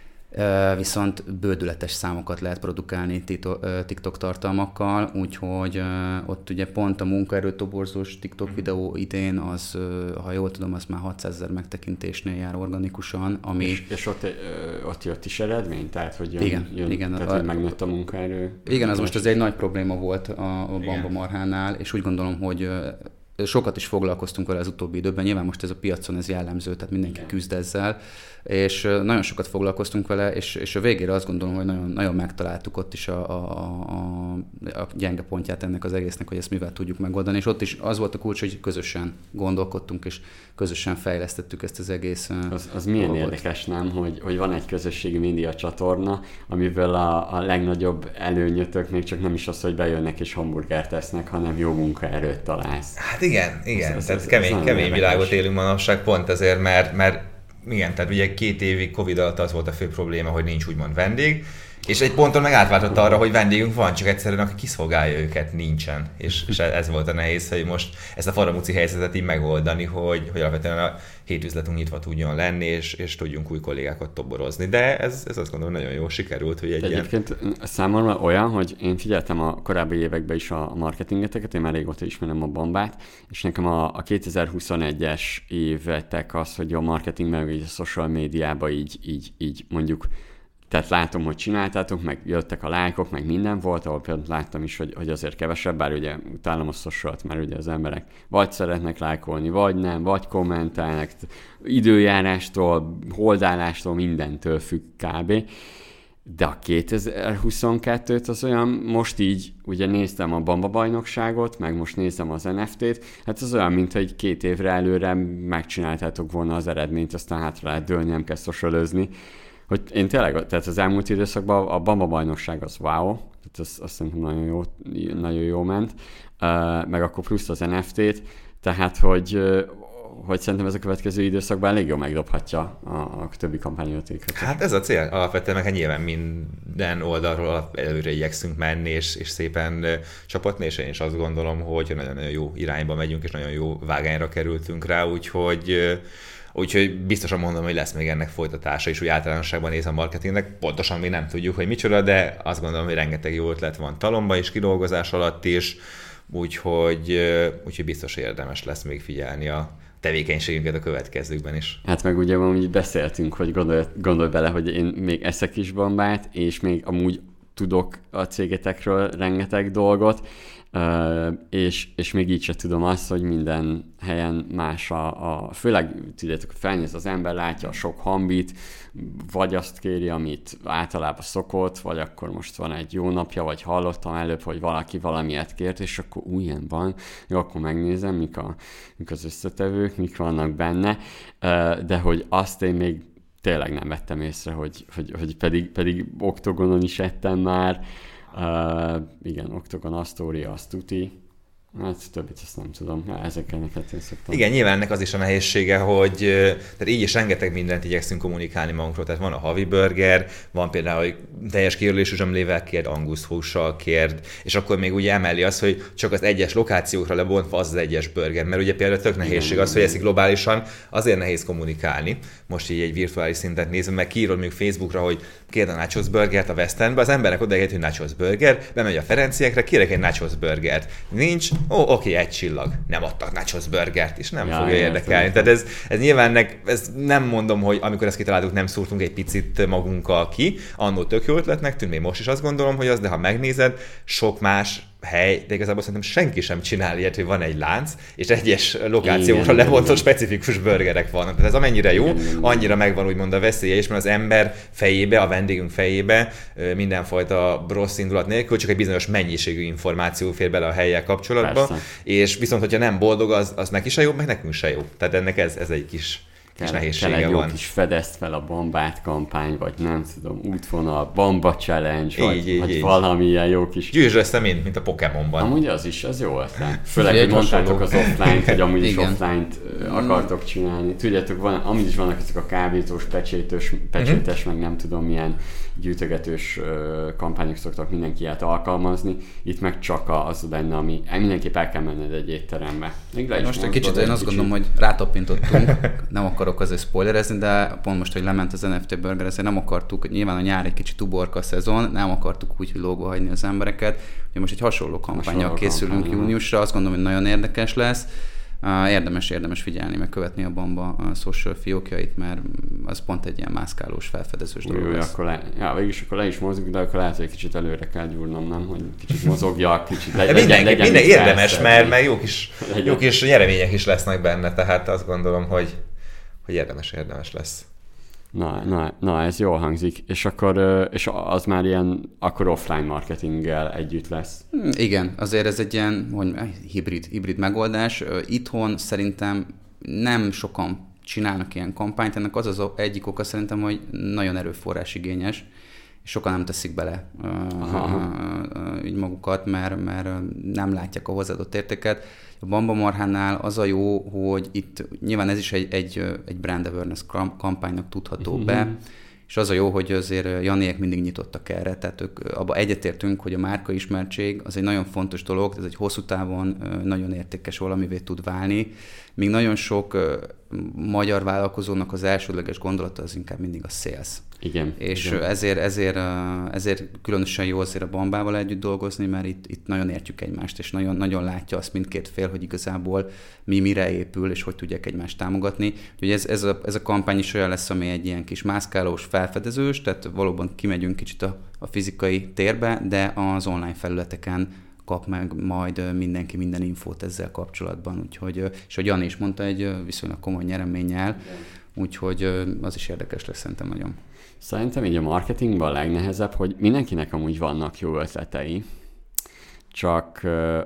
viszont bődületes számokat lehet produkálni TikTok tartalmakkal, úgyhogy ott ugye pont a munkaerőtoborzós TikTok videó idén, az, ha jól tudom, az már 600 000 megtekintésnél jár organikusan, ami... És ott jött is eredmény? Tehát, hogy igen, tehát, hogy megnőtt a munkaerő? Igen, az most azért egy nagy probléma volt a Bamba Marhánál, és úgy gondolom, hogy sokat is foglalkoztunk vele az utóbbi időben, nyilván most ez a piacon ez jellemző, tehát mindenki küzd ezzel, és nagyon sokat foglalkoztunk vele, és a végére azt gondolom, hogy nagyon, nagyon megtaláltuk ott is a gyenge pontját ennek az egésznek, hogy ezt mivel tudjuk megoldani, és ott is az volt a kulcs, hogy közösen gondolkodtunk, és közösen fejlesztettük ezt az egész Az milyen érdekes, nem, hogy van egy közösségi média csatorna, amiből a legnagyobb előnyötök még csak nem is az, hogy bejönnek és hamburgert esznek, hanem jó munkaerőt találsz. Hát igen. Tehát kemény világot élünk manapság, pont ezért, mert igen, tehát ugye 2 évig Covid alatt az volt a fő probléma, hogy nincs úgymond vendég, és egy ponton meg átváltott arra, hogy vendégünk van, csak egyszerűen aki kiszolgálja őket nincsen. És ez volt a nehéz, hogy most ezt a faramúci helyzetet így megoldani, hogy alapvetően a hétüzletünk nyitva tudjon lenni, és tudjunk új kollégákat toborozni. De ez azt gondolom nagyon jól sikerült, hogy Egyébként számomra olyan, hogy én figyeltem a korábbi években is a marketingeteket, én már régóta ismerem a Bambát, és nekem a 2021-es évetek az, hogy a marketingben, vagy a social médiában így mondjuk, tehát látom, hogy csináltátok, meg jöttek a lájkok, meg minden volt, ahol például láttam is, hogy azért kevesebb, bár ugye utálom a socialt, mert ugye az emberek vagy szeretnek lájkolni, vagy nem, vagy kommentálnak, időjárástól, holdállástól, mindentől függ kb. De a 2022-t az olyan, most így ugye néztem a Bamba bajnokságot, meg most nézem az NFT-t, hát az olyan, mint hogy 2 évre előre megcsináltátok volna az eredményt, aztán hátra lehet dőlni, nem kell socialözni. Hogy én tényleg, tehát az elmúlt időszakban a Bamba bajnokság az wow, tehát azt szerintem nagyon jó ment, meg akkor plusz az NFT-t, tehát hogy szerintem ez a következő időszakban elég jól megdobhatja a többi kampányötéket. Hát ez a cél, alapvetően meg nyilván minden oldalról előre igyekszünk menni, és szépen csapatni, és én is azt gondolom, hogy nagyon-nagyon jó irányba megyünk, és nagyon jó vágányra kerültünk rá, úgyhogy biztosan mondom, hogy lesz még ennek folytatása is, úgy általánosságban néz a marketingnek. Pontosan mi nem tudjuk, hogy micsoda, de azt gondolom, hogy rengeteg jó ötlet van talomba és kidolgozás alatt is, úgyhogy biztos érdemes lesz még figyelni a tevékenységünket a következőkben is. Hát meg ugye úgy beszéltünk, hogy gondolj bele, hogy én még eszek is Bambát, és még amúgy tudok a cégetekről rengeteg dolgot, és még így sem tudom azt, hogy minden helyen más főleg tudjátok, felnéz az ember, látja a sok hambit, vagy azt kéri, amit általában szokott, vagy akkor most van egy jó napja, vagy hallottam előbb, hogy valaki valamilyet kért, és akkor ilyen van, jó, akkor megnézem, mik az összetevők, mik vannak benne, de hogy azt én még tényleg nem vettem észre, hogy pedig Octogonon is ettem már. Igen, Octogon Astoria, azt tuti. Hát többit azt nem tudom. Ezekkel neked én szoktam. Igen, nyilván ennek az is a nehézsége, hogy tehát így is rengeteg mindent igyekszünk kommunikálni magunkról. Tehát van a havi burger, van például, hogy teljes kiörülésű zsömlével kérd, angusz hússal kérd, és akkor még ugye emeli az, hogy csak az egyes lokációkra lebontva az egyes burger. Mert ugye például tök nehézség az, hogy ezt globálisan azért nehéz kommunikálni. Most így egy virtuális szintet nézve, meg kiírod még Facebookra, hogy kérd a nachos burgert a West Endbe, az emberek odaérhet, hogy nachos burger, bemegy a Ferenciekre, kérek egy nachos burgert. Nincs, oké, egy csillag. Nem adtak nachos burgert, és nem fogja érdekelni. Tehát ez nyilván, ez nem mondom, hogy amikor ezt kitaláltuk, nem szúrtunk egy picit magunkkal ki, annól tök jó ötletnek tűnt, még most is azt gondolom, hogy az, de ha megnézed, sok más hely, de igazából szerintem senki sem csinál ilyet, hogy van egy lánc, és egyes lokációkra lebontott specifikus burgerek vannak. Tehát ez amennyire jó, annyira megvan úgymond a veszélye is, mert az ember fejébe, a vendégünk fejébe mindenfajta rossz indulat nélkül csak egy bizonyos mennyiségű információ fér bele a hellyel kapcsolatba, és viszont, hogyha nem boldog, az neki se jó, meg nekünk se jó. Tehát ennek ez egy kis nehézsége kell egy van. jó kis fedezd fel a Bambát kampány, vagy nem tudom, útvonal, Bamba Challenge, vagy valamilyen jó kis... Gyűjtsd össze, mint a Pokémonban. Amúgy az jó ötlet. Főleg, hogy mondtátok az offline-t, hogy amúgy is offline-t akartok csinálni. Tudjátok, amúgy is vannak ezek a kábítós, pecsétes, meg nem tudom milyen gyűjtögetős kampányok szoktak mindenki ilyet alkalmazni. Itt meg csak az benne, ami mindenképp el kell menned egy étterembe. Most egy kicsit én azt gondolom, hogy rátapintottunk, nem akarok azért spoilerezni, de pont most, hogy lement az NFT Burger, ezért nem akartuk, nyilván a nyár egy kicsit uborka szezon, nem akartuk úgy lógva hagyni az embereket. Ugye most egy hasonló kampánnyal készülünk júniusra, azt gondolom, hogy nagyon érdekes lesz. Érdemes figyelni, meg követni a Bamba a social fiókjait, mert az pont egy ilyen mászkálós, felfedezős dolog lesz. Végülis akkor le is mozgunk, de akkor lehet, hogy kicsit előre kell gyúrnom, nem? Hogy kicsit mozogjak, kicsit legyen érdemes, mert jó kis nyeremények is lesznek benne, tehát azt gondolom, hogy érdemes lesz. Na, ez jól hangzik. És akkor és az már ilyen akkor offline marketinggel együtt lesz. Igen, azért ez egy ilyen hibrid megoldás. Itthon szerintem nem sokan csinálnak ilyen kampányt, ennek az egyik oka szerintem, hogy nagyon erőforrásigényes, és sokan nem teszik bele így magukat, mert nem látják a hozzáadott értéket. A Bamba Marhánál az a jó, hogy itt nyilván ez is egy brand awareness kampánynak tudható be, és az a jó, hogy azért Janiek mindig nyitottak erre, tehát ők abba egyetértünk, hogy a márka ismertség az egy nagyon fontos dolog, ez egy hosszú távon nagyon értékes valamivé tud válni, míg nagyon sok magyar vállalkozónak az elsődleges gondolata az inkább mindig a sales. Igen. És igen. Ezért különösen jó azért a Bambával együtt dolgozni, mert itt nagyon értjük egymást, és nagyon, nagyon látja azt mindkét fél, hogy igazából mi mire épül, és hogy tudják egymást támogatni. Úgyhogy ez a kampány is olyan lesz, ami egy ilyen kis mászkálós, felfedezős, tehát valóban kimegyünk kicsit a fizikai térbe, de az online felületeken kap meg majd mindenki minden infót ezzel kapcsolatban. Úgyhogy, és ahogy Jani is mondta, egy viszonylag komoly nyereménnyel, úgyhogy az is érdekes lesz szerintem nagyon. Szerintem így a marketingben a legnehezebb, hogy mindenkinek amúgy vannak jó ötletei, csak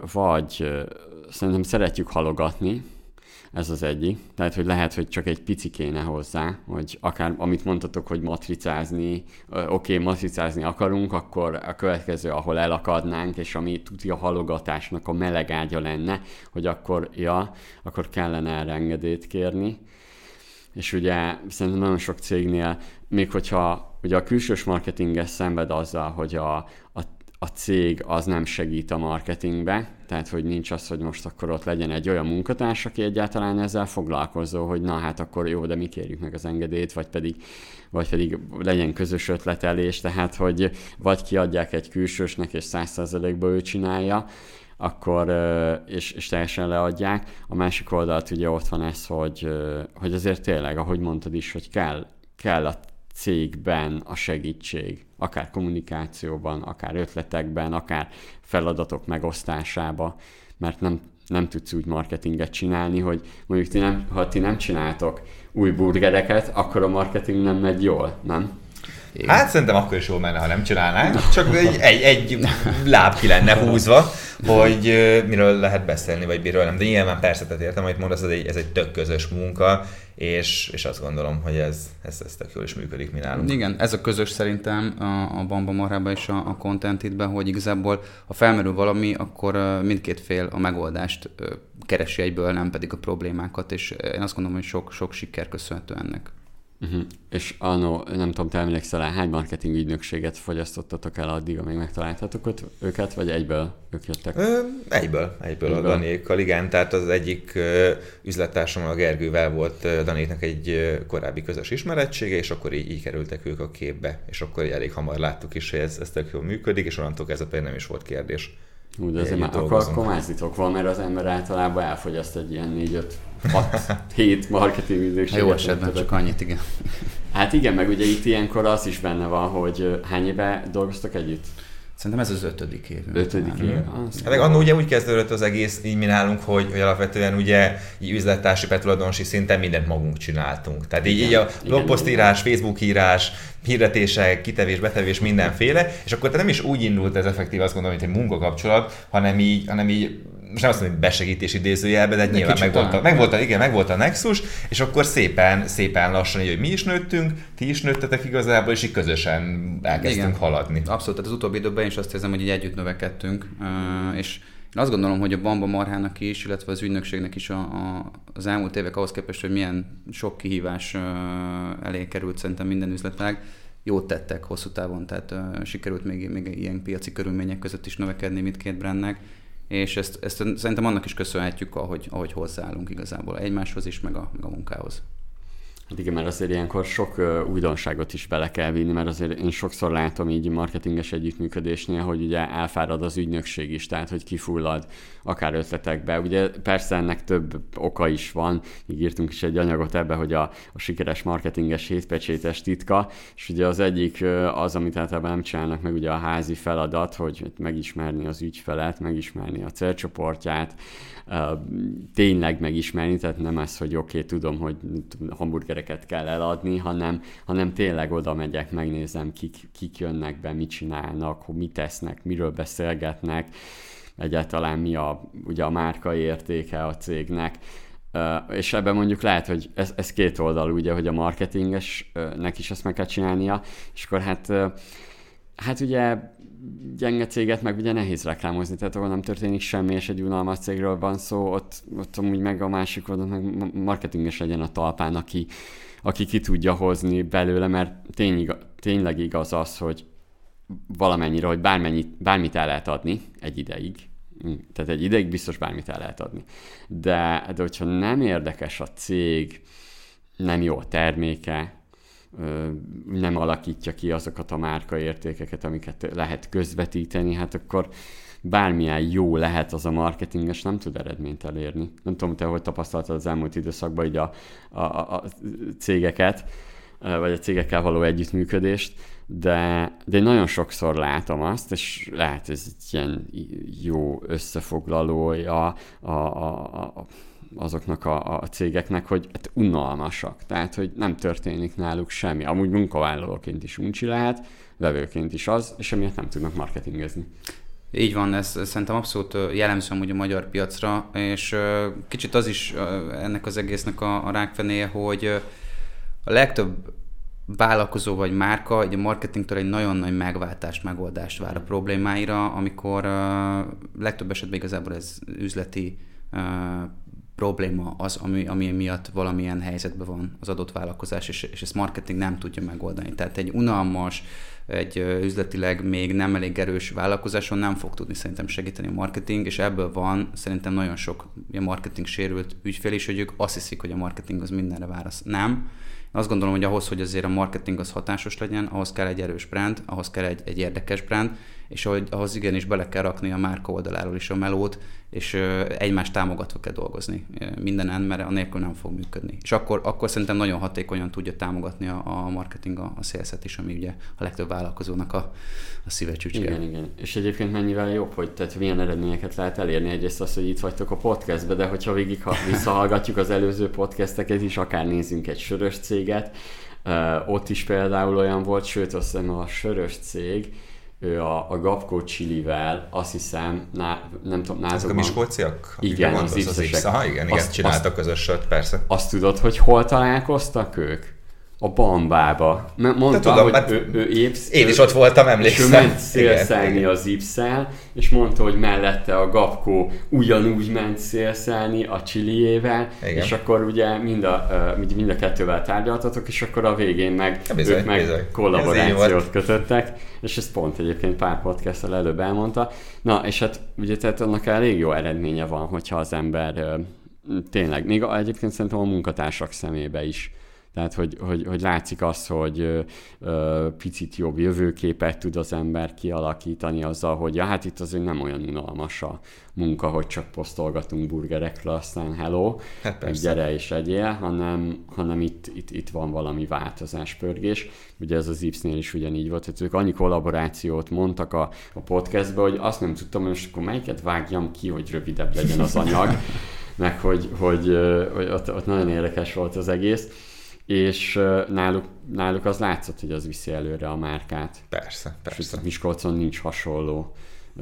szerintem szeretjük halogatni, ez az egyik. Tehát, hogy lehet, hogy csak egy pici kéne hozzá, hogy akár amit mondtatok, hogy matricázni, matricázni akarunk, akkor a következő, ahol elakadnánk, és ami tuti a halogatásnak a melegágya lenne, hogy akkor kellene erre engedélyt kérni. És ugye szerintem nagyon sok cégnél, még hogyha ugye a külsős marketinges szenved azzal, hogy a cég az nem segít a marketingbe, tehát hogy nincs az, hogy most akkor ott legyen egy olyan munkatárs, aki egyáltalán ezzel foglalkozó, hogy na hát akkor jó, de mi kérjük meg az engedélyt, vagy pedig legyen közös ötletelés, tehát hogy vagy kiadják egy külsősnek, és 100%-ban ő csinálja, akkor, és teljesen leadják. A másik oldalt ugye ott van ez, hogy azért tényleg, ahogy mondtad is, hogy kell a cégben a segítség, akár kommunikációban, akár ötletekben, akár feladatok megosztásába, mert nem tudsz úgy marketinget csinálni, hogy mondjuk ha ti nem csináltok új burgereket, akkor a marketing nem megy jól, nem? Igen. Hát szerintem akkor is jól menne, ha nem csinálnánk, csak egy láb ki lenne húzva, hogy miről lehet beszélni, vagy miről nem. De nyilván persze, tehát értem, amit mondasz, ez egy tök közös munka, és azt gondolom, hogy ez tök jól is működik mi nálunk. Igen, ez a közös szerintem a Bamba Marhában és a Contentedben, hogy igazából ha felmerül valami, akkor mindkét fél a megoldást keresi egyből, nem pedig a problémákat, és én azt gondolom, hogy sok siker köszönhető ennek. És anno, nem tudom, te emlékszel, hány marketing ügynökséget fogyasztottatok el addig, amíg megtaláltatok őket, vagy egyből ők jöttek? Egyből a Daniékkal, igen. Tehát az egyik üzlettársammal, a Gergővel volt Daniéknak egy korábbi közös ismerettsége, és akkor így kerültek ők a képbe. És akkor elég hamar láttuk is, hogy ez tök jól működik, és onnantól kezdve nem is volt kérdés. De azért már akkor komázzitok van, mert az ember általában elfogyaszt egy ilyen 4-5-6-7 marketing ügynökséget. Jó esetben csak annyit, igen. Hát igen, meg ugye itt ilyenkor az is benne van, hogy hány éve dolgoztok együtt? Szerintem ez az 5. év. 5. év. Hát annól ugye úgy kezdődött az egész így mi nálunk, hogy alapvetően ugye így üzlettársi, tulajdonosi szinten mindent magunk csináltunk. Tehát így a blogposztírás, Facebook írás, hirdetések, kitevés, betevés, mindenféle, és akkor nem is úgy indult ez effektív, azt gondolom, hogy egy munkakapcsolat, hanem így most nem azt mondom, hogy besegítés idézőjelben, de nyilván megvolt a nexus, és akkor szépen lassan így, hogy mi is nőttünk, ti is nőttetek igazából, és így közösen elkezdtünk haladni. Abszolút, tehát az utóbbi időben is azt érzem, hogy így együtt növekedtünk, és én azt gondolom, hogy a Bamba Marhának is, illetve az ügynökségnek is az elmúlt évek ahhoz képest, hogy milyen sok kihívás elé került szerintem minden üzletág, jót tettek hosszú távon, tehát sikerült még ilyen piaci körülmények között is növekedni mindkét brandnek, és ezt szerintem annak is köszönhetjük, ahogy hozzáállunk igazából egymáshoz is, meg a munkához. Hát igen, mert azért ilyenkor sok újdonságot is bele kell vinni, mert azért én sokszor látom így marketinges együttműködésnél, hogy ugye elfárad az ügynökség is, tehát hogy kifullad akár ötletekbe. Ugye persze ennek több oka is van, így írtunk is egy anyagot ebbe, hogy a sikeres marketinges 7 pecsétes titka, és ugye az egyik az, amit általában nem csinálnak meg, ugye a házi feladat, hogy megismerni az ügyfelet, megismerni a célcsoportját, tényleg megismerni, tehát nem az, hogy oké, tudom, hogy hamburgereket kell eladni, hanem tényleg oda megyek, megnézem, kik jönnek be, mit csinálnak, mit tesznek, miről beszélgetnek, egyáltalán mi ugye a márka értéke a cégnek. És ebben mondjuk lehet, hogy ez két oldalú, ugye, hogy a marketingesnek is ezt meg kell csinálnia, és akkor hát ugye gyenge céget meg ugye nehéz reklámozni, tehát ahol nem történik semmi, és egy unalmas cégről van szó, ott amúgy meg a másik oldalon meg marketinges legyen a talpán, aki ki tudja hozni belőle, mert tényleg igaz az, hogy valamennyire, hogy bármit el lehet adni egy ideig, tehát egy ideig biztos bármit el lehet adni. De hogyha nem érdekes a cég, nem jó a terméke, nem alakítja ki azokat a márkaértékeket, amiket lehet közvetíteni, hát akkor bármilyen jó lehet az a marketinges, nem tud eredményt elérni. Nem tudom, te hogy tapasztaltad az elmúlt időszakban így a cégeket, vagy a cégekkel való együttműködést, de én nagyon sokszor látom azt, és lehet ez egy ilyen jó összefoglalója azoknak a cégeknek, hogy hát unalmasak. Tehát, hogy nem történik náluk semmi. Amúgy munkavállalóként is uncsi lehet, vevőként is az, és emiatt nem tudnak marketingezni. Így van, ez szerintem abszolút jellemző amúgy a magyar piacra, és kicsit az is ennek az egésznek a rákfenéje, hogy a legtöbb vállalkozó vagy márka egy a marketingtől egy nagyon nagy megoldást vár a problémáira, amikor legtöbb esetben igazából ez üzleti probléma az, ami miatt valamilyen helyzetben van az adott vállalkozás, és ezt marketing nem tudja megoldani. Tehát egy unalmas, egy üzletileg még nem elég erős vállalkozáson nem fog tudni szerintem segíteni a marketing, és ebből van szerintem nagyon sok marketing sérült ügyfél is, hogy ők azt hiszik, hogy a marketing az mindenre válasz. Nem. Azt gondolom, hogy ahhoz, hogy azért a marketing az hatásos legyen, ahhoz kell egy erős brand, ahhoz kell egy érdekes brand, és ahhoz igenis bele kell rakni a márka oldaláról is a melót, és egymást támogatva kell dolgozni mindenen, mert anélkül nem fog működni. És akkor szerintem nagyon hatékonyan tudja támogatni a marketing a sales-et is, ami ugye a legtöbb vállalkozónak a szívecsücske. Igen. És egyébként mennyivel jobb, hogy tehát milyen eredményeket lehet elérni? Egyrészt az, hogy itt vagytok a podcastbe, de hogyha visszahallgatjuk az előző podcasteket is, akár nézzünk egy sörös céget, ott is például olyan volt, sőt azt hiszem a sörös cég, ő a Gapco Chilivel, azt hiszem, nem tudom, Ezek a miskolciak? Igen, az ipszesek. Igen, csináltak közös sört, persze. Azt tudod, hogy hol találkoztak ők? A Bambába. Mondta, tudom, hogy ő én is ott voltam, emlékszem. És ő ment szélszelni az Ipsszel, és mondta, hogy mellette a Gapco ugyanúgy ment szélszelni a Chiliével, és akkor ugye mind a kettővel tárgyaltatok, és akkor a végén ők kollaborációt kötöttek, és ezt pont egyébként pár podcasttel előbb elmondta. Na, és hát ugye tehát annak elég jó eredménye van, hogyha az ember tényleg, még egyébként szerintem a munkatársak szemébe is. Tehát, hogy látszik az, hogy picit jobb jövőképet tud az ember kialakítani azzal, hogy hát itt azért nem olyan unalmas a munka, hogy csak posztolgatunk burgerekről, aztán hello, meg gyere és egyél, hanem itt van valami változás, pörgés. Ugye ez az Ipsnél is ugyanígy volt, hogy ők annyi kollaborációt mondtak a podcastbe, hogy azt nem tudtam, hogy most akkor melyiket vágjam ki, hogy rövidebb legyen az anyag, meg hogy ott nagyon érdekes volt az egész. És náluk az látszott, hogy az viszi előre a márkát. Persze. És Miskolcon nincs hasonló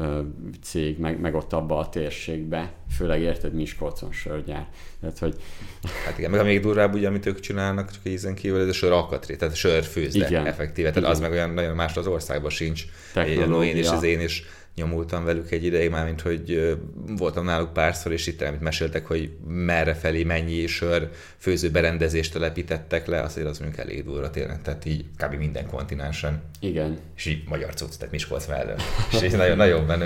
cég, meg ott abba a térségbe, főleg érted, Miskolcon sörgyár. Tehát, hogy... Hát igen, meg a még durvább, ugye, amit ők csinálnak, csak ízen kívül, ez a sör alkatrész, tehát a sörfőzde effektíve. Tehát az meg olyan nagyon más az országban sincs. Én is nyomultam velük egy ideig, mármint, hogy voltam náluk párszor, és itt amit meséltek, hogy merre felé mennyi sör főző berendezést telepítettek le, azért az mondjuk elég durva tényleg, tehát így kb. Minden kontinensen. Igen. És így magyar cucc, tehát Miskolc mellett. És így nagyon menő.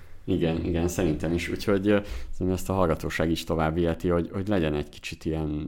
Igen, szerintem is. Úgyhogy ezt a hallgatóság is tovább viheti, hogy legyen egy kicsit ilyen,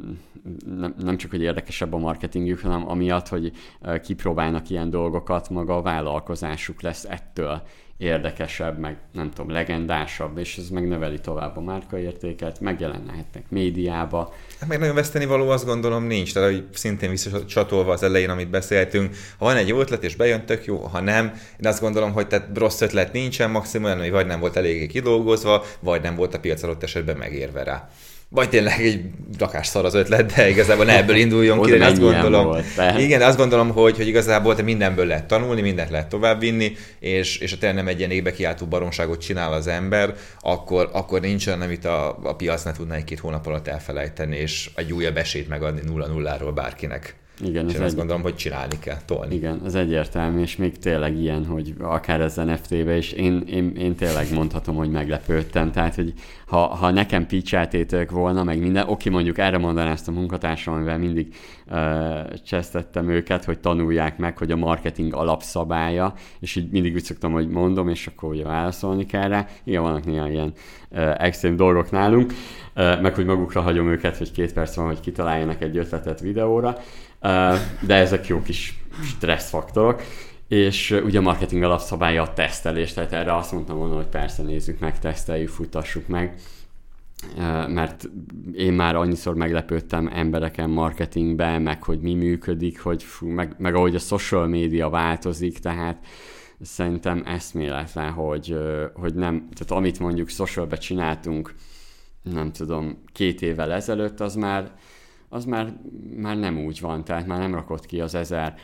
nem csak, hogy érdekesebb a marketingjük, hanem amiatt, hogy kipróbálnak ilyen dolgokat, maga a vállalkozásuk lesz ettől érdekesebb, meg nem tudom, legendásabb, és ez megnöveli tovább a márkaértéket, megjelenhetnek médiába. Hát meg nagyon vesztenivaló, azt gondolom nincs, tehát hogy szintén visszacsatolva az elején, amit beszéltünk, ha van egy jó ötlet és bejön, tök jó, ha nem, én azt gondolom, hogy tehát rossz ötlet nincsen, maximum olyan, hogy vagy nem volt eléggé kidolgozva, vagy nem volt a piac adott esetben megérve rá. Vagy tényleg egy rakásszar az ötlet, de igazából ne ebből induljon ki, azt gondolom. Igen, de azt gondolom, hogy igazából te mindenből lehet tanulni, mindent lehet továbbvinni, és ha tényleg nem egy ilyen égbe kiáltó baromságot csinál az ember, akkor nincs olyan, amit a piac ne tudna egy-két hónap alatt elfelejteni, és egy újabb esélyt megadni 0-0-ról bárkinek. Igen, és én azt gondolom, hogy csinálni kell, tolni. Igen, ez egyértelmű, és még tényleg ilyen, hogy akár ez NFT-be is, én tényleg mondhatom, hogy meglepődtem. Tehát, hogy ha nekem pitch-eltétők volna, meg minden, mondjuk erre mondaná ezt a munkatársam, amivel mindig csesztettem őket, hogy tanulják meg, hogy a marketing alapszabálya, és így mindig úgy szoktam, hogy mondom, és akkor ugye válaszolni kell rá. Igen, vannak néha ilyen extrém dolgok nálunk, meg hogy magukra hagyom őket, hogy 2 perc van, hogy kitaláljanak egy ötletet videóra, de ezek jó kis stresszfaktorok, és ugye a marketing alapszabálya a tesztelés, tehát erre azt mondtam volna, hogy persze nézzük meg, teszteljük, futtassuk meg, mert én már annyiszor meglepődtem embereken marketingben, meg hogy mi működik, hogy meg ahogy a social media változik, tehát szerintem eszméletlen, hogy nem, tehát amit mondjuk socialbe csináltunk, nem tudom, 2 évvel ezelőtt, az már nem úgy van, tehát már nem rakott ki az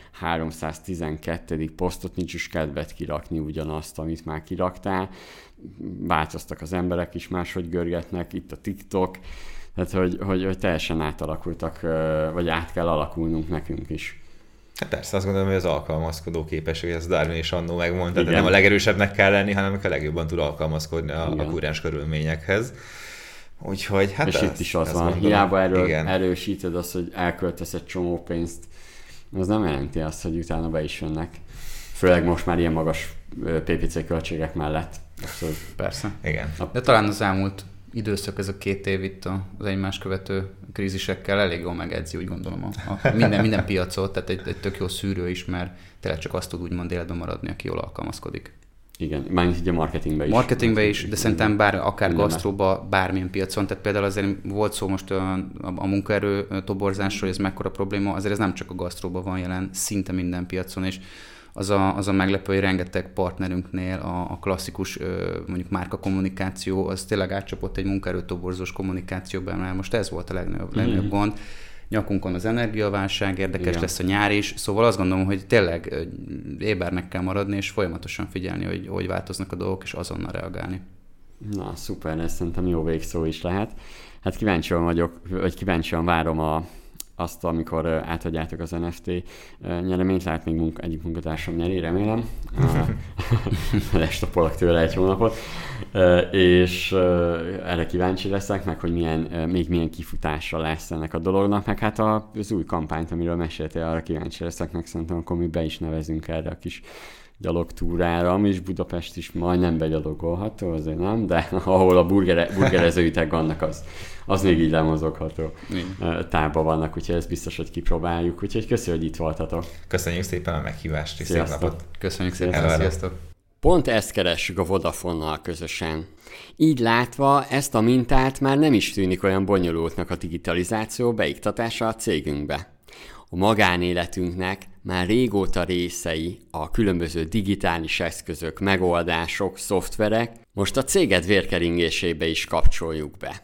1312. posztot, nincs is kedvet kirakni ugyanazt, amit már kiraktál. Változtak az emberek is, máshogy görgetnek, itt a TikTok, tehát hogy teljesen átalakultak, vagy át kell alakulnunk nekünk is. Hát persze, azt gondolom, hogy az alkalmazkodó képesség, ez Darwin is annó megmondta, tehát nem a legerősebbnek kell lenni, hanem a legjobban tud alkalmazkodni a kurrens körülményekhez. Úgyhogy hát és itt is az van, gondolom, hiába erősíted azt, hogy elköltesz egy csomó pénzt, az nem jelenti azt, hogy utána be is jönnek. Főleg most már ilyen magas PPC költségek mellett. Abszolút. Persze. Igen. De talán az elmúlt időszak, ez a 2 év itt az egymás követő krízisekkel elég jól megedzi, úgy gondolom, minden piacot, tehát egy tök jó szűrő is, mert tényleg csak azt tud úgymond életben maradni, aki jól alkalmazkodik. Igen, mármint így a marketingben is. Marketingben is, de szerintem akár gasztróba, bármilyen piacon. Tehát például azért volt szó most a munkaerő toborzásról, hogy ez mekkora probléma, azért ez nem csak a gasztróban van jelen, szinte minden piacon, és az a meglepő, hogy rengeteg partnerünknél a klasszikus mondjuk márkakommunikáció, az tényleg átcsapott egy munkaerőtoborzós kommunikációban, mert most ez volt a legnagyobb gond. Nyakunkon az energiaválság, érdekes lesz a nyár is, szóval azt gondolom, hogy tényleg ébernek kell maradni, és folyamatosan figyelni, hogy változnak a dolgok, és azonnal reagálni. Na, szuper, ez szerintem jó végszó is lehet. Hát kíváncsian várom azt, amikor átadjátok az NFT nyereményt, lehet még egyik munkatársam nyeri, remélem. Lestopolok tőle egy hónapot. És erre kíváncsi leszek, meg hogy milyen kifutása lesz ennek a dolognak, meg hát az új kampányt, amiről meséltél, arra kíváncsi leszek, meg szerintem akkor mi be is nevezünk erre a kis gyalogtúrára, ami is Budapest is majdnem begyalogolható, azért nem, de ahol a burgerezőitek vannak, az még így lemozogható távban vannak, úgyhogy ez biztos, hogy kipróbáljuk, úgyhogy köszönjük, hogy itt voltatok. Köszönjük szépen a meghívást, és szép napot. Köszönjük szépen, sziasztok. Pont ezt keressük a Vodafonnal közösen. Így látva ezt a mintát már nem is tűnik olyan bonyolultnak a digitalizáció beiktatása a cégünkbe. A magánéletünknek már régóta részei a különböző digitális eszközök, megoldások, szoftverek, most a céged vérkeringésébe is kapcsoljuk be.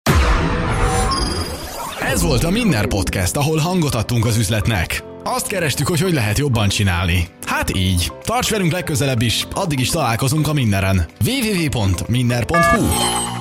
Ez volt a Minner Podcast, ahol hangot adtunk az üzletnek. Azt kerestük, hogy lehet jobban csinálni. Hát így. Tarts velünk legközelebb is, addig is találkozunk a Minneren. www.minner.hu